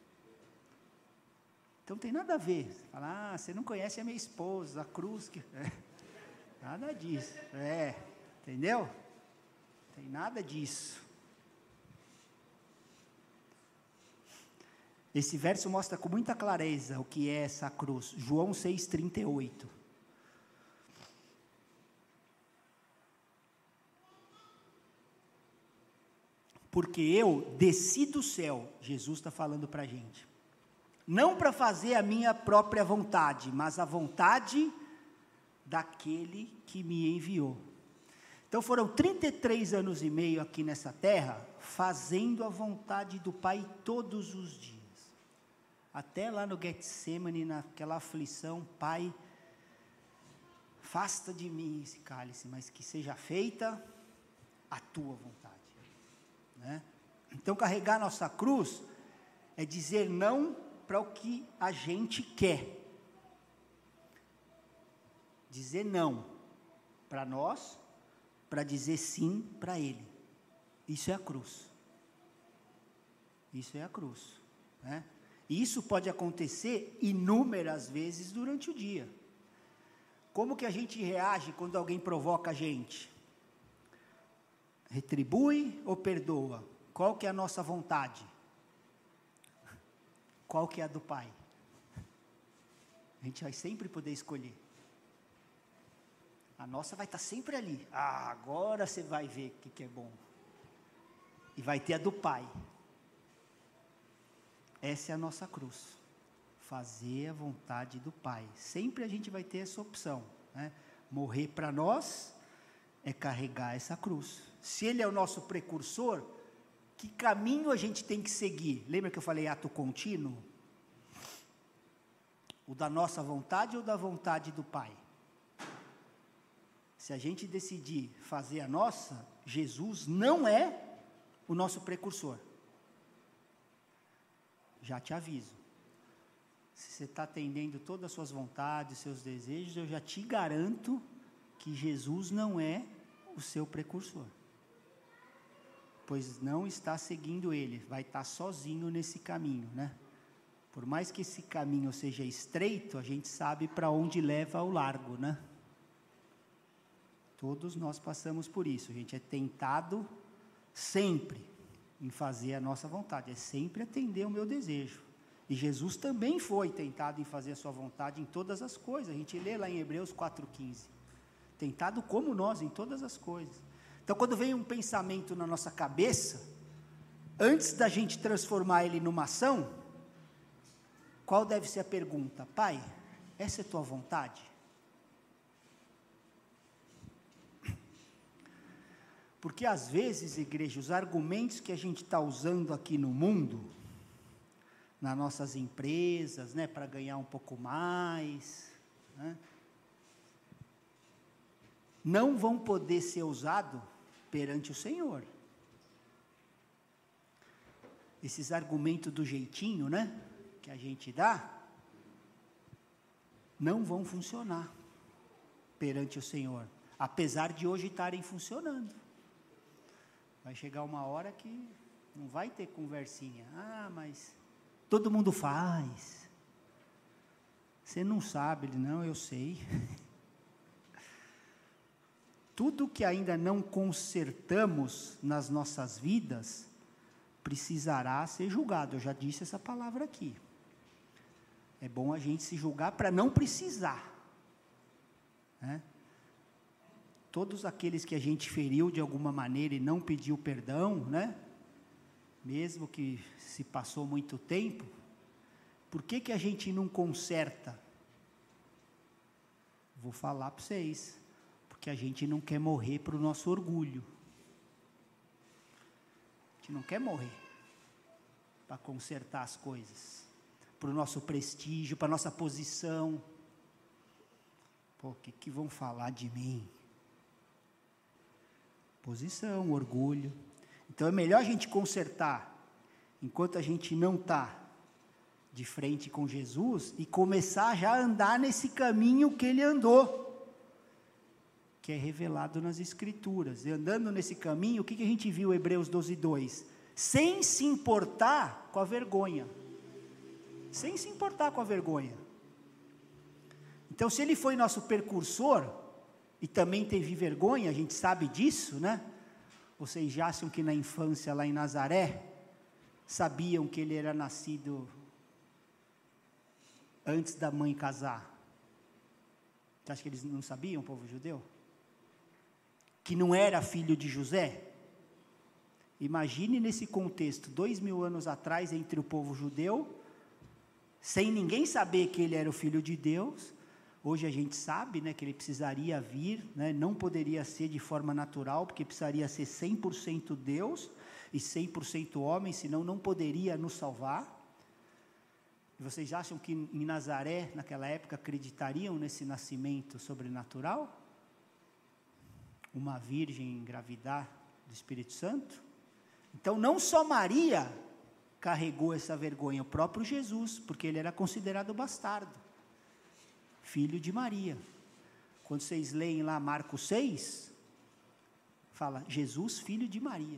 Então tem nada a ver, falar, ah, você não conhece a minha esposa, a cruz, que... É, nada disso, é, entendeu? Tem nada disso. Esse verso mostra com muita clareza o que é essa cruz, João seis, trinta e oito. Porque eu desci do céu, Jesus está falando para a gente, não para fazer a minha própria vontade, mas a vontade daquele que me enviou. Então foram trinta e três anos e meio aqui nessa terra, fazendo a vontade do Pai todos os dias. Até lá no Getsemane, naquela aflição, Pai, afasta de mim esse cálice, mas que seja feita a tua vontade. Né? Então carregar nossa cruz é dizer não para o que a gente quer. Dizer não para nós, para dizer sim para Ele. Isso é a cruz. Isso é a cruz. Né? E isso pode acontecer inúmeras vezes durante o dia. Como que a gente reage quando alguém provoca a gente? Retribui ou perdoa? Qual que é a nossa vontade? Qual que é a do Pai? A gente vai sempre poder escolher. A nossa vai estar sempre ali. Ah, agora você vai ver o que, que é bom. E vai ter a do Pai. Essa é a nossa cruz. Fazer a vontade do Pai. Sempre a gente vai ter essa opção. Né? Morrer para nós é carregar essa cruz. Se Ele é o nosso precursor, que caminho a gente tem que seguir? Lembra que eu falei ato contínuo? O da nossa vontade ou da vontade do Pai? Se a gente decidir fazer a nossa, Jesus não é o nosso precursor. Já te aviso. Se você está atendendo todas as suas vontades, seus desejos, eu já te garanto que Jesus não é o seu precursor. Pois não está seguindo Ele, vai estar sozinho nesse caminho, né? Por mais que esse caminho seja estreito, a gente sabe para onde leva o largo, né? Todos nós passamos por isso, a gente é tentado sempre em fazer a nossa vontade, é sempre atender o meu desejo. E Jesus também foi tentado em fazer a sua vontade em todas as coisas. A gente lê lá em Hebreus quatro, quinze. Tentado como nós em todas as coisas. Então, quando vem um pensamento na nossa cabeça, antes da gente transformar ele numa ação, qual deve ser a pergunta? Pai, essa é a tua vontade? Porque às vezes, igreja, os argumentos que a gente está usando aqui no mundo, nas nossas empresas, né, para ganhar um pouco mais, né, não vão poder ser usados perante o Senhor. Esses argumentos do jeitinho, né, que a gente dá, não vão funcionar perante o Senhor, apesar de hoje estarem funcionando. Vai chegar uma hora que não vai ter conversinha. Ah, mas todo mundo faz. Você não sabe? Ele, não, eu sei. Tudo que ainda não consertamos nas nossas vidas, precisará ser julgado. Eu já disse essa palavra aqui. É bom a gente se julgar para não precisar. Né? Todos aqueles que a gente feriu de alguma maneira e não pediu perdão, né? Mesmo que se passou muito tempo, por que que a gente não conserta? Vou falar para vocês, porque a gente não quer morrer para o nosso orgulho. A gente não quer morrer para consertar as coisas, para o nosso prestígio, para a nossa posição. Pô, o que que vão falar de mim? Posição, orgulho. Então é melhor a gente consertar enquanto a gente não está de frente com Jesus e começar já a andar nesse caminho que ele andou, que é revelado nas Escrituras. E andando nesse caminho, o que que a gente viu em Hebreus doze, dois? Sem se importar com a vergonha. Sem se importar com a vergonha. Então, se ele foi nosso precursor e também teve vergonha, a gente sabe disso, né? Vocês já acham que na infância lá em Nazaré, sabiam que ele era nascido antes da mãe casar? Você acha que eles não sabiam, o povo judeu? Que não era filho de José? Imagine nesse contexto, dois mil anos atrás, entre o povo judeu, sem ninguém saber que ele era o filho de Deus. Hoje a gente sabe, né, que ele precisaria vir, né, não poderia ser de forma natural, porque precisaria ser cem por cento Deus e cem por cento homem, senão não poderia nos salvar. E vocês acham que em Nazaré, naquela época, acreditariam nesse nascimento sobrenatural? Uma virgem engravidar do Espírito Santo? Então, não só Maria carregou essa vergonha, o próprio Jesus, porque ele era considerado bastardo, filho de Maria. Quando vocês leem lá Marcos seis, fala Jesus, filho de Maria.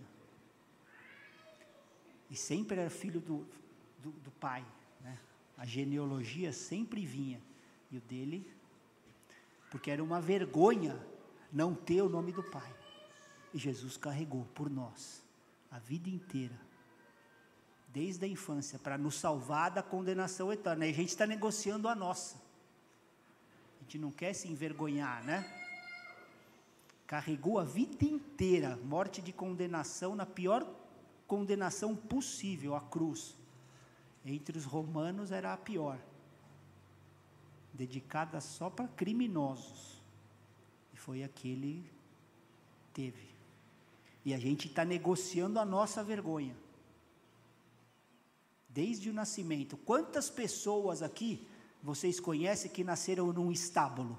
E sempre era filho do, do, do pai, né? A genealogia sempre vinha, e o dele, porque era uma vergonha não ter o nome do pai, e Jesus carregou por nós, a vida inteira, desde a infância, para nos salvar da condenação eterna. E a gente está negociando a nossa, a gente não quer se envergonhar, né? Carregou a vida inteira, morte de condenação, na pior condenação possível, a cruz. Entre os romanos era a pior, dedicada só para criminosos, e foi a que ele teve. E a gente está negociando a nossa vergonha, desde o nascimento. Quantas pessoas aqui vocês conhecem que nasceram num estábulo?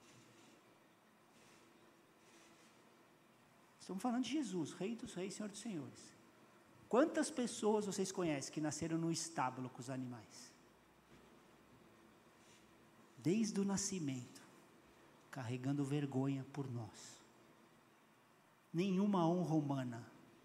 Estamos falando de Jesus, Rei dos Reis, Senhor dos Senhores. Quantas pessoas vocês conhecem que nasceram no estábulo com os animais? Desde o nascimento, carregando vergonha por nós. Nenhuma honra humana.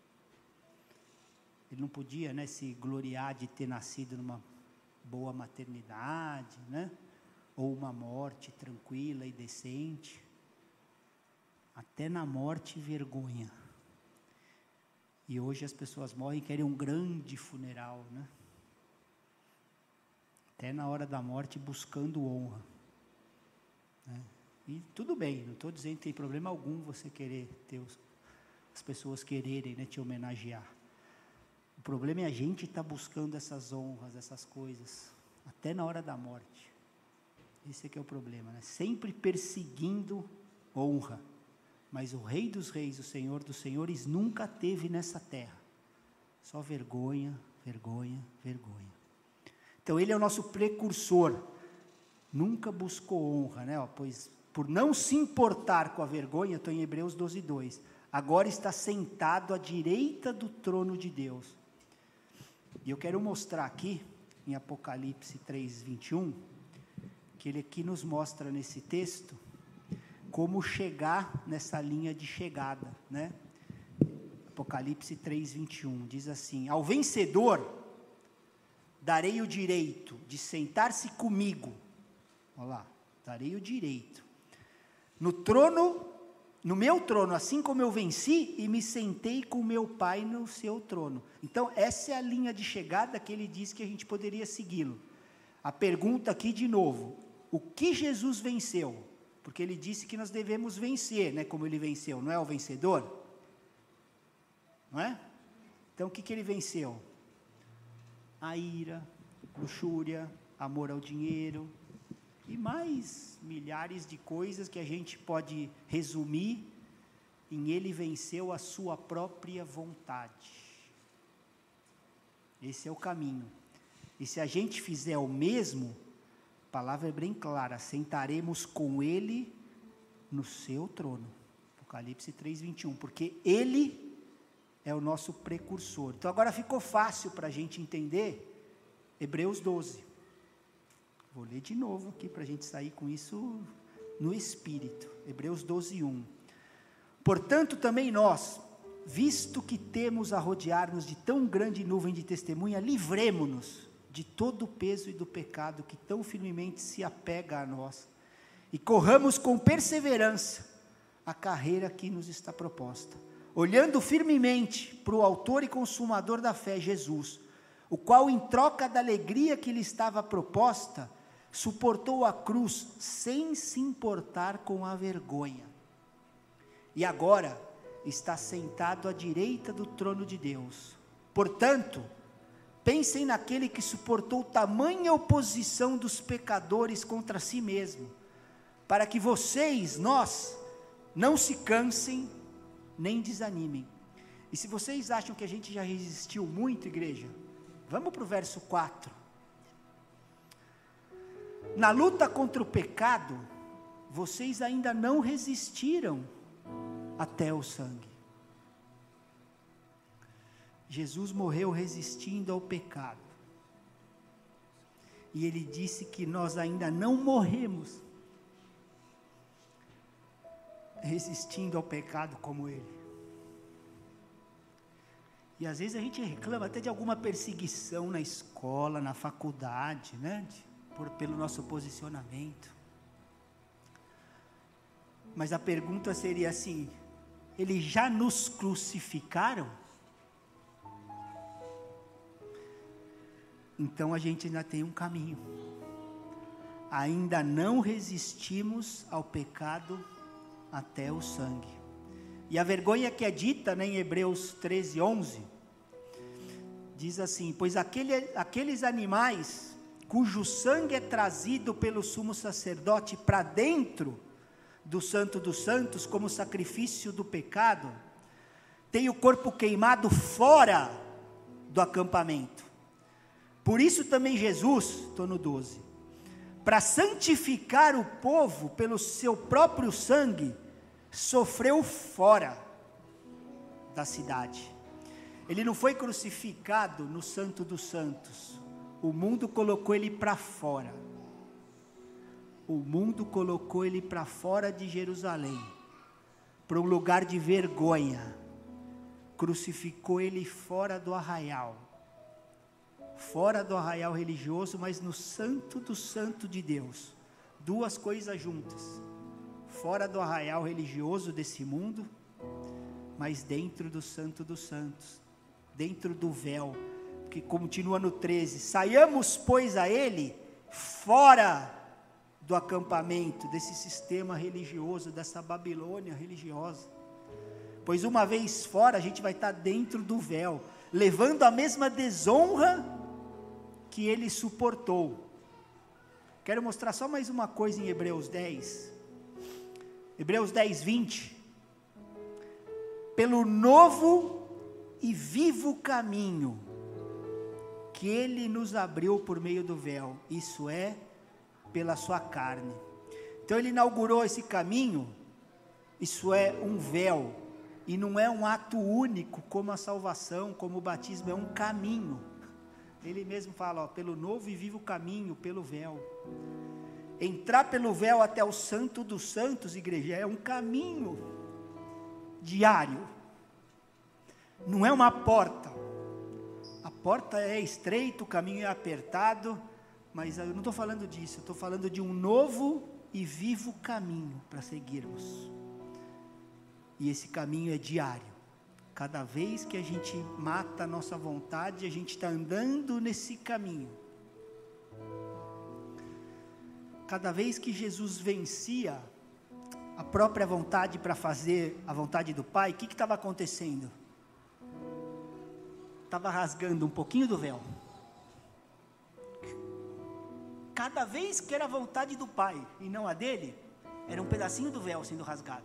Ele não podia, né, se gloriar de ter nascido numa boa maternidade, né? Ou uma morte tranquila e decente. Até na morte, vergonha. E hoje as pessoas morrem e querem um grande funeral, né? Até na hora da morte buscando honra, né? E tudo bem, não estou dizendo que tem problema algum você querer ter os, as pessoas quererem, né, te homenagear. O problema é a gente estar tá buscando essas honras, essas coisas, até na hora da morte. Esse é que é o problema, né? Sempre perseguindo honra. Mas o Rei dos Reis, o Senhor dos Senhores, nunca teve nessa terra. Só vergonha, vergonha, vergonha. Então ele é o nosso precursor. Nunca buscou honra, né? Ó, pois por não se importar com a vergonha, estou em Hebreus doze, dois. Agora está sentado à direita do trono de Deus. E eu quero mostrar aqui, em Apocalipse três, vinte e um, que ele aqui nos mostra nesse texto, como chegar nessa linha de chegada, né? Apocalipse três, vinte e um, diz assim: ao vencedor darei o direito de sentar-se comigo darei o direito. No trono, no meu trono, assim como eu venci e me sentei com meu Pai no seu trono. Então, essa é a linha de chegada que ele disse que a gente poderia segui-lo. A pergunta aqui de novo, o que Jesus venceu? Porque ele disse que nós devemos vencer, né? Como ele venceu, não é o vencedor? Não é? Então, o que, que ele venceu? A ira, luxúria, amor ao dinheiro, e mais milhares de coisas que a gente pode resumir em ele venceu a sua própria vontade. Esse é o caminho. E se a gente fizer o mesmo, a palavra é bem clara, sentaremos com ele no seu trono. Apocalipse três, vinte e um, porque ele é o nosso precursor. Então agora ficou fácil para a gente entender Hebreus doze. Vou ler de novo aqui para a gente sair com isso no espírito. Hebreus doze, um. Portanto, também nós, visto que temos a rodear-nos de tão grande nuvem de testemunha, livremo-nos de todo o peso e do pecado que tão firmemente se apega a nós, e corramos com perseverança a carreira que nos está proposta, olhando firmemente para o autor e consumador da fé, Jesus, o qual, em troca da alegria que lhe estava proposta, suportou a cruz sem se importar com a vergonha, e agora está sentado à direita do trono de Deus. Portanto, pensem naquele que suportou tamanha oposição dos pecadores contra si mesmo, para que vocês, nós, não se cansem nem desanimem. E se vocês acham que a gente já resistiu muito, igreja, vamos para o verso quatro. Na luta contra o pecado, vocês ainda não resistiram até o sangue. Jesus morreu resistindo ao pecado. E ele disse que nós ainda não morremos resistindo ao pecado como ele. E às vezes a gente reclama até de alguma perseguição na escola, na faculdade, né? De, por, pelo nosso posicionamento. Mas a pergunta seria assim: eles já nos crucificaram? Então a gente ainda tem um caminho. Ainda não resistimos ao pecado até o sangue. E a vergonha que é dita, né, em Hebreus treze, onze, diz assim: pois aquele, aqueles animais cujo sangue é trazido pelo sumo sacerdote para dentro do Santo dos Santos como sacrifício do pecado, tem o corpo queimado fora do acampamento. Por isso também Jesus, estou no doze, para santificar o povo pelo seu próprio sangue, sofreu fora da cidade. Ele não foi crucificado no Santo dos Santos, o mundo colocou ele para fora. O mundo colocou ele para fora de Jerusalém, para um lugar de vergonha, crucificou ele fora do arraial, fora do arraial religioso, mas no Santo do Santo de Deus, duas coisas juntas, fora do arraial religioso desse mundo, mas dentro do Santo dos Santos, dentro do véu, que continua no treze, saiamos pois a ele, fora do acampamento, desse sistema religioso, dessa Babilônia religiosa, pois uma vez fora, a gente vai estar dentro do véu, levando a mesma desonra que ele suportou. Quero mostrar só mais uma coisa em Hebreus dez, Hebreus dez, vinte, pelo novo e vivo caminho, que ele nos abriu por meio do véu, isso é, pela sua carne. Então ele inaugurou esse caminho, isso é um véu, e não é um ato único, como a salvação, como o batismo, é um caminho. Ele mesmo fala, ó, pelo novo e vivo caminho, pelo véu. Entrar pelo véu até o Santo dos Santos, igreja, é um caminho diário, não é uma porta. A porta é estreita, o caminho é apertado, mas eu não estou falando disso, eu estou falando de um novo e vivo caminho para seguirmos. E esse caminho é diário. Cada vez que a gente mata a nossa vontade, a gente está andando nesse caminho. Cada vez que Jesus vencia a própria vontade para fazer a vontade do Pai, o que estava acontecendo? Estava rasgando um pouquinho do véu. Cada vez que era a vontade do Pai e não a dele, era um pedacinho do véu sendo rasgado.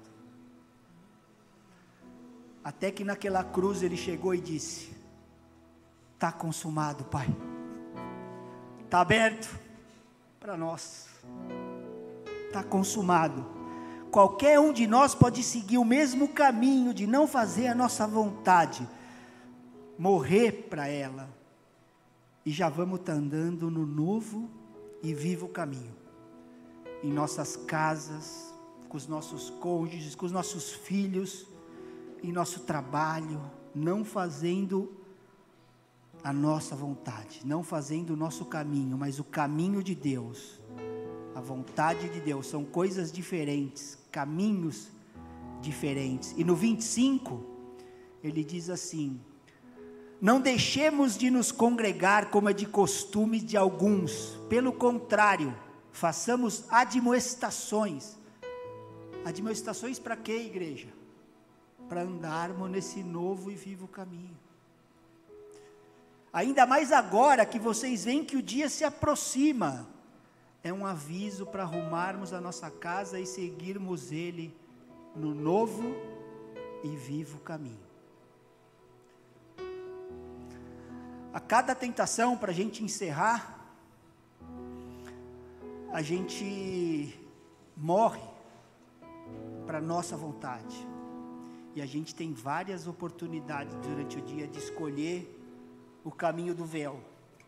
Até que naquela cruz ele chegou e disse: está consumado, Pai. Está aberto para nós. Está consumado. Qualquer um de nós pode seguir o mesmo caminho de não fazer a nossa vontade, morrer para ela, e já vamos estar andando no novo e vivo caminho, em nossas casas, com os nossos cônjuges, com os nossos filhos, em nosso trabalho, não fazendo a nossa vontade, não fazendo o nosso caminho, mas o caminho de Deus, a vontade de Deus. São coisas diferentes, caminhos diferentes. E no vinte e cinco, ele diz assim: não deixemos de nos congregar como é de costume de alguns, pelo contrário, façamos admoestações. Admoestações para quê, igreja? Para andarmos nesse novo e vivo caminho. Ainda mais agora que vocês veem que o dia se aproxima, é um aviso para arrumarmos a nossa casa e seguirmos Ele no novo e vivo caminho. A cada tentação, para a gente encerrar, a gente morre para a nossa vontade. E a gente tem várias oportunidades durante o dia de escolher o caminho do véu.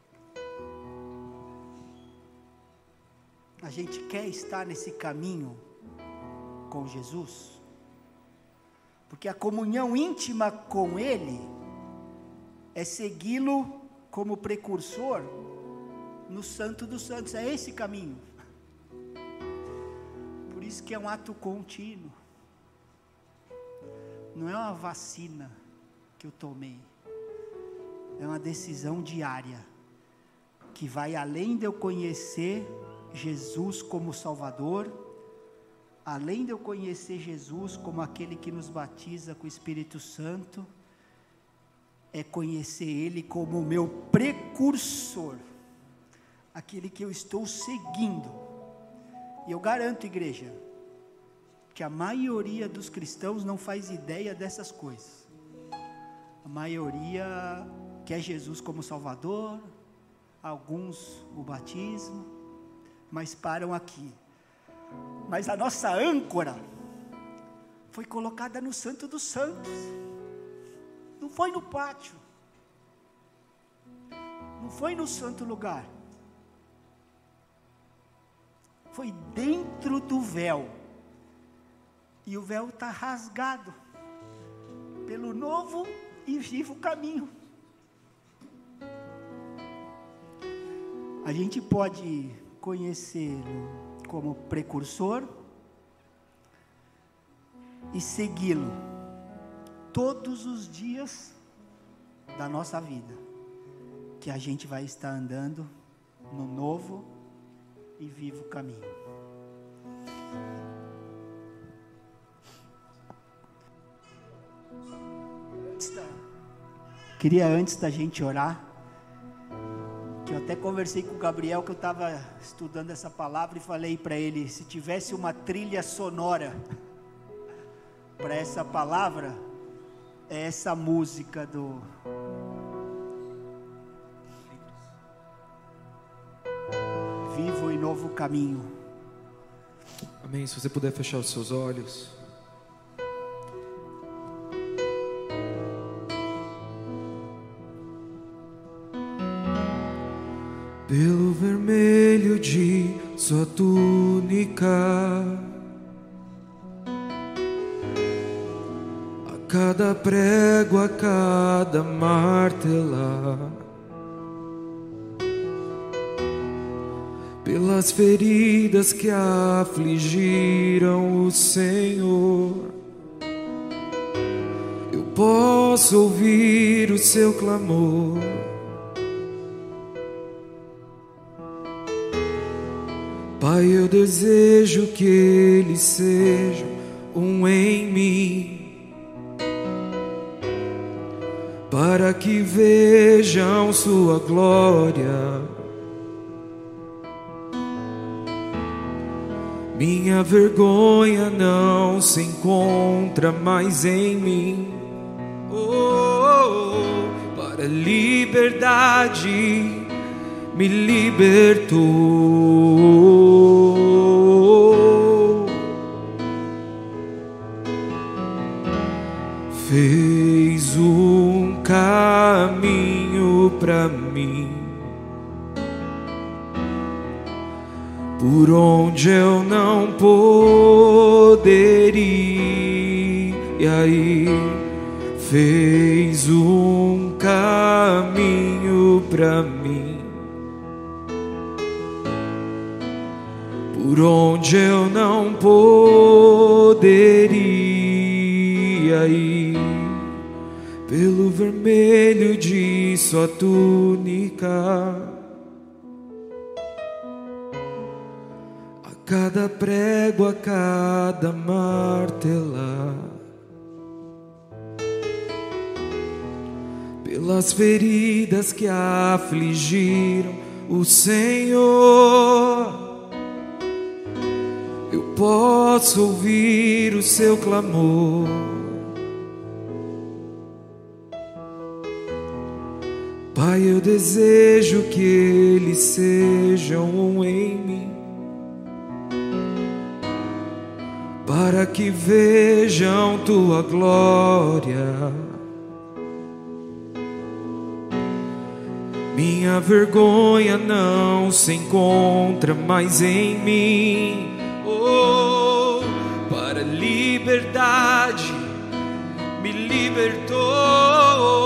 A gente quer estar nesse caminho com Jesus, porque a comunhão íntima com Ele é segui-lo como precursor no Santo dos Santos. É esse caminho. Por isso que é um ato contínuo. Não é uma vacina que eu tomei. É uma decisão diária, que vai além de eu conhecer Jesus como Salvador, além de eu conhecer Jesus como aquele que nos batiza com o Espírito Santo, é conhecer Ele como o meu precursor, aquele que eu estou seguindo. E eu garanto, igreja, que a maioria dos cristãos não faz ideia dessas coisas. A maioria quer Jesus como Salvador, alguns o batismo, mas param aqui. Mas a nossa âncora foi colocada no Santo dos Santos, não foi no pátio, não foi no santo lugar, foi dentro do véu. E o véu está rasgado pelo novo e vivo caminho. A gente pode conhecê-lo como precursor e segui-lo todos os dias da nossa vida, que a gente vai estar andando no novo e vivo caminho. Queria, antes da gente orar, que eu até conversei com o Gabriel, que eu estava estudando essa palavra, e falei para ele, se tivesse uma trilha sonora para essa palavra, é essa música do Vivo e Novo Caminho. Amém. Se você puder fechar os seus olhos. Pelo vermelho de sua túnica, a cada prego, a cada martelar, pelas feridas que afligiram o Senhor. Eu posso ouvir o seu clamor. Pai, eu desejo que Ele seja um em mim, para que vejam sua glória. Minha vergonha não se encontra mais em mim. Oh, oh, oh, para a liberdade me libertou. Fez um caminho para mim, por onde eu não poderia ir. Fez um caminho para mim, por onde eu não poderia ir. Pelo vermelho de sua túnica, cada prego, a cada martelar, pelas feridas que afligiram o Senhor, eu posso ouvir o seu clamor. Pai, eu desejo que eles sejam um em mim, para que vejam tua glória. Minha vergonha não se encontra mais em mim. Oh, para a liberdade me libertou.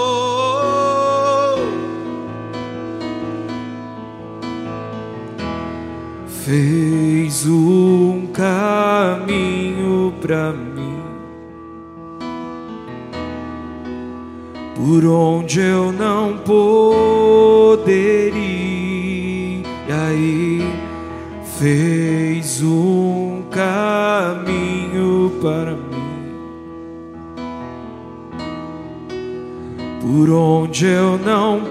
Fez um caminho para mim, por onde eu não poderia ir. Fez um caminho para mim, por onde eu não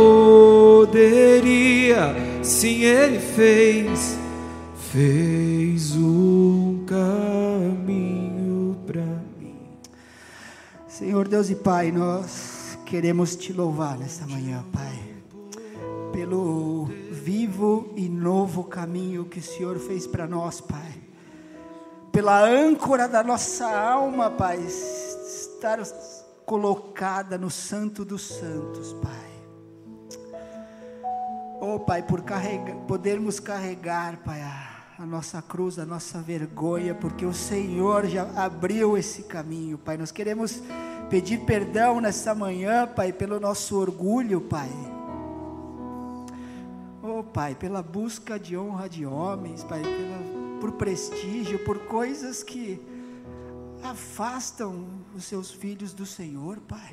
poderia. Sim, Ele fez. Fez um caminho para mim. Senhor Deus e Pai, nós queremos Te louvar nesta manhã, Pai, pelo vivo e novo caminho que o Senhor fez para nós, Pai, pela âncora da nossa alma, Pai, estar colocada no Santo dos Santos, Pai. Oh, Pai, por carregar, podermos carregar, Pai, a a nossa cruz, a nossa vergonha, porque o Senhor já abriu esse caminho, Pai. Nós queremos pedir perdão nessa manhã, Pai, pelo nosso orgulho, Pai. Oh, Pai, pela busca de honra de homens, Pai, pela, por prestígio, por coisas que afastam os seus filhos do Senhor, Pai.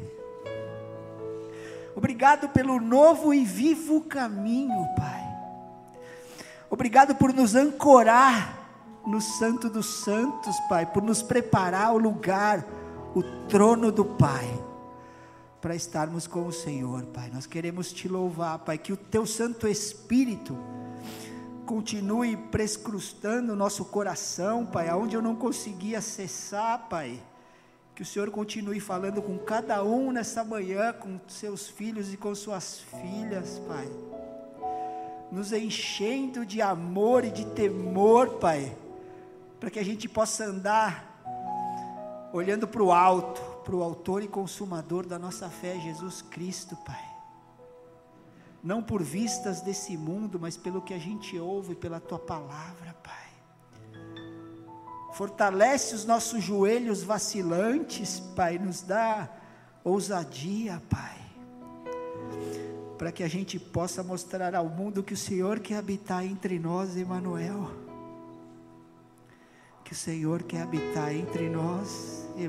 Obrigado pelo novo e vivo caminho, Pai. Obrigado por nos ancorar no Santo dos Santos, Pai, por nos preparar o lugar, o trono do Pai, para estarmos com o Senhor, Pai. Nós queremos Te louvar, Pai, que o Teu Santo Espírito continue prescrustando o nosso coração, Pai, aonde eu não consegui acessar, Pai, que o Senhor continue falando com cada um nessa manhã, com seus filhos e com suas filhas, Pai, nos enchendo de amor e de temor, Pai, para que a gente possa andar olhando para o alto, para o autor e consumador da nossa fé, Jesus Cristo, Pai, não por vistas desse mundo, mas pelo que a gente ouve, pela Tua palavra, Pai. Fortalece os nossos joelhos vacilantes, Pai, nos dá ousadia, Pai. para que a gente possa mostrar ao mundo que o Senhor quer habitar entre nós, Emmanuel. Que o Senhor quer habitar entre nós.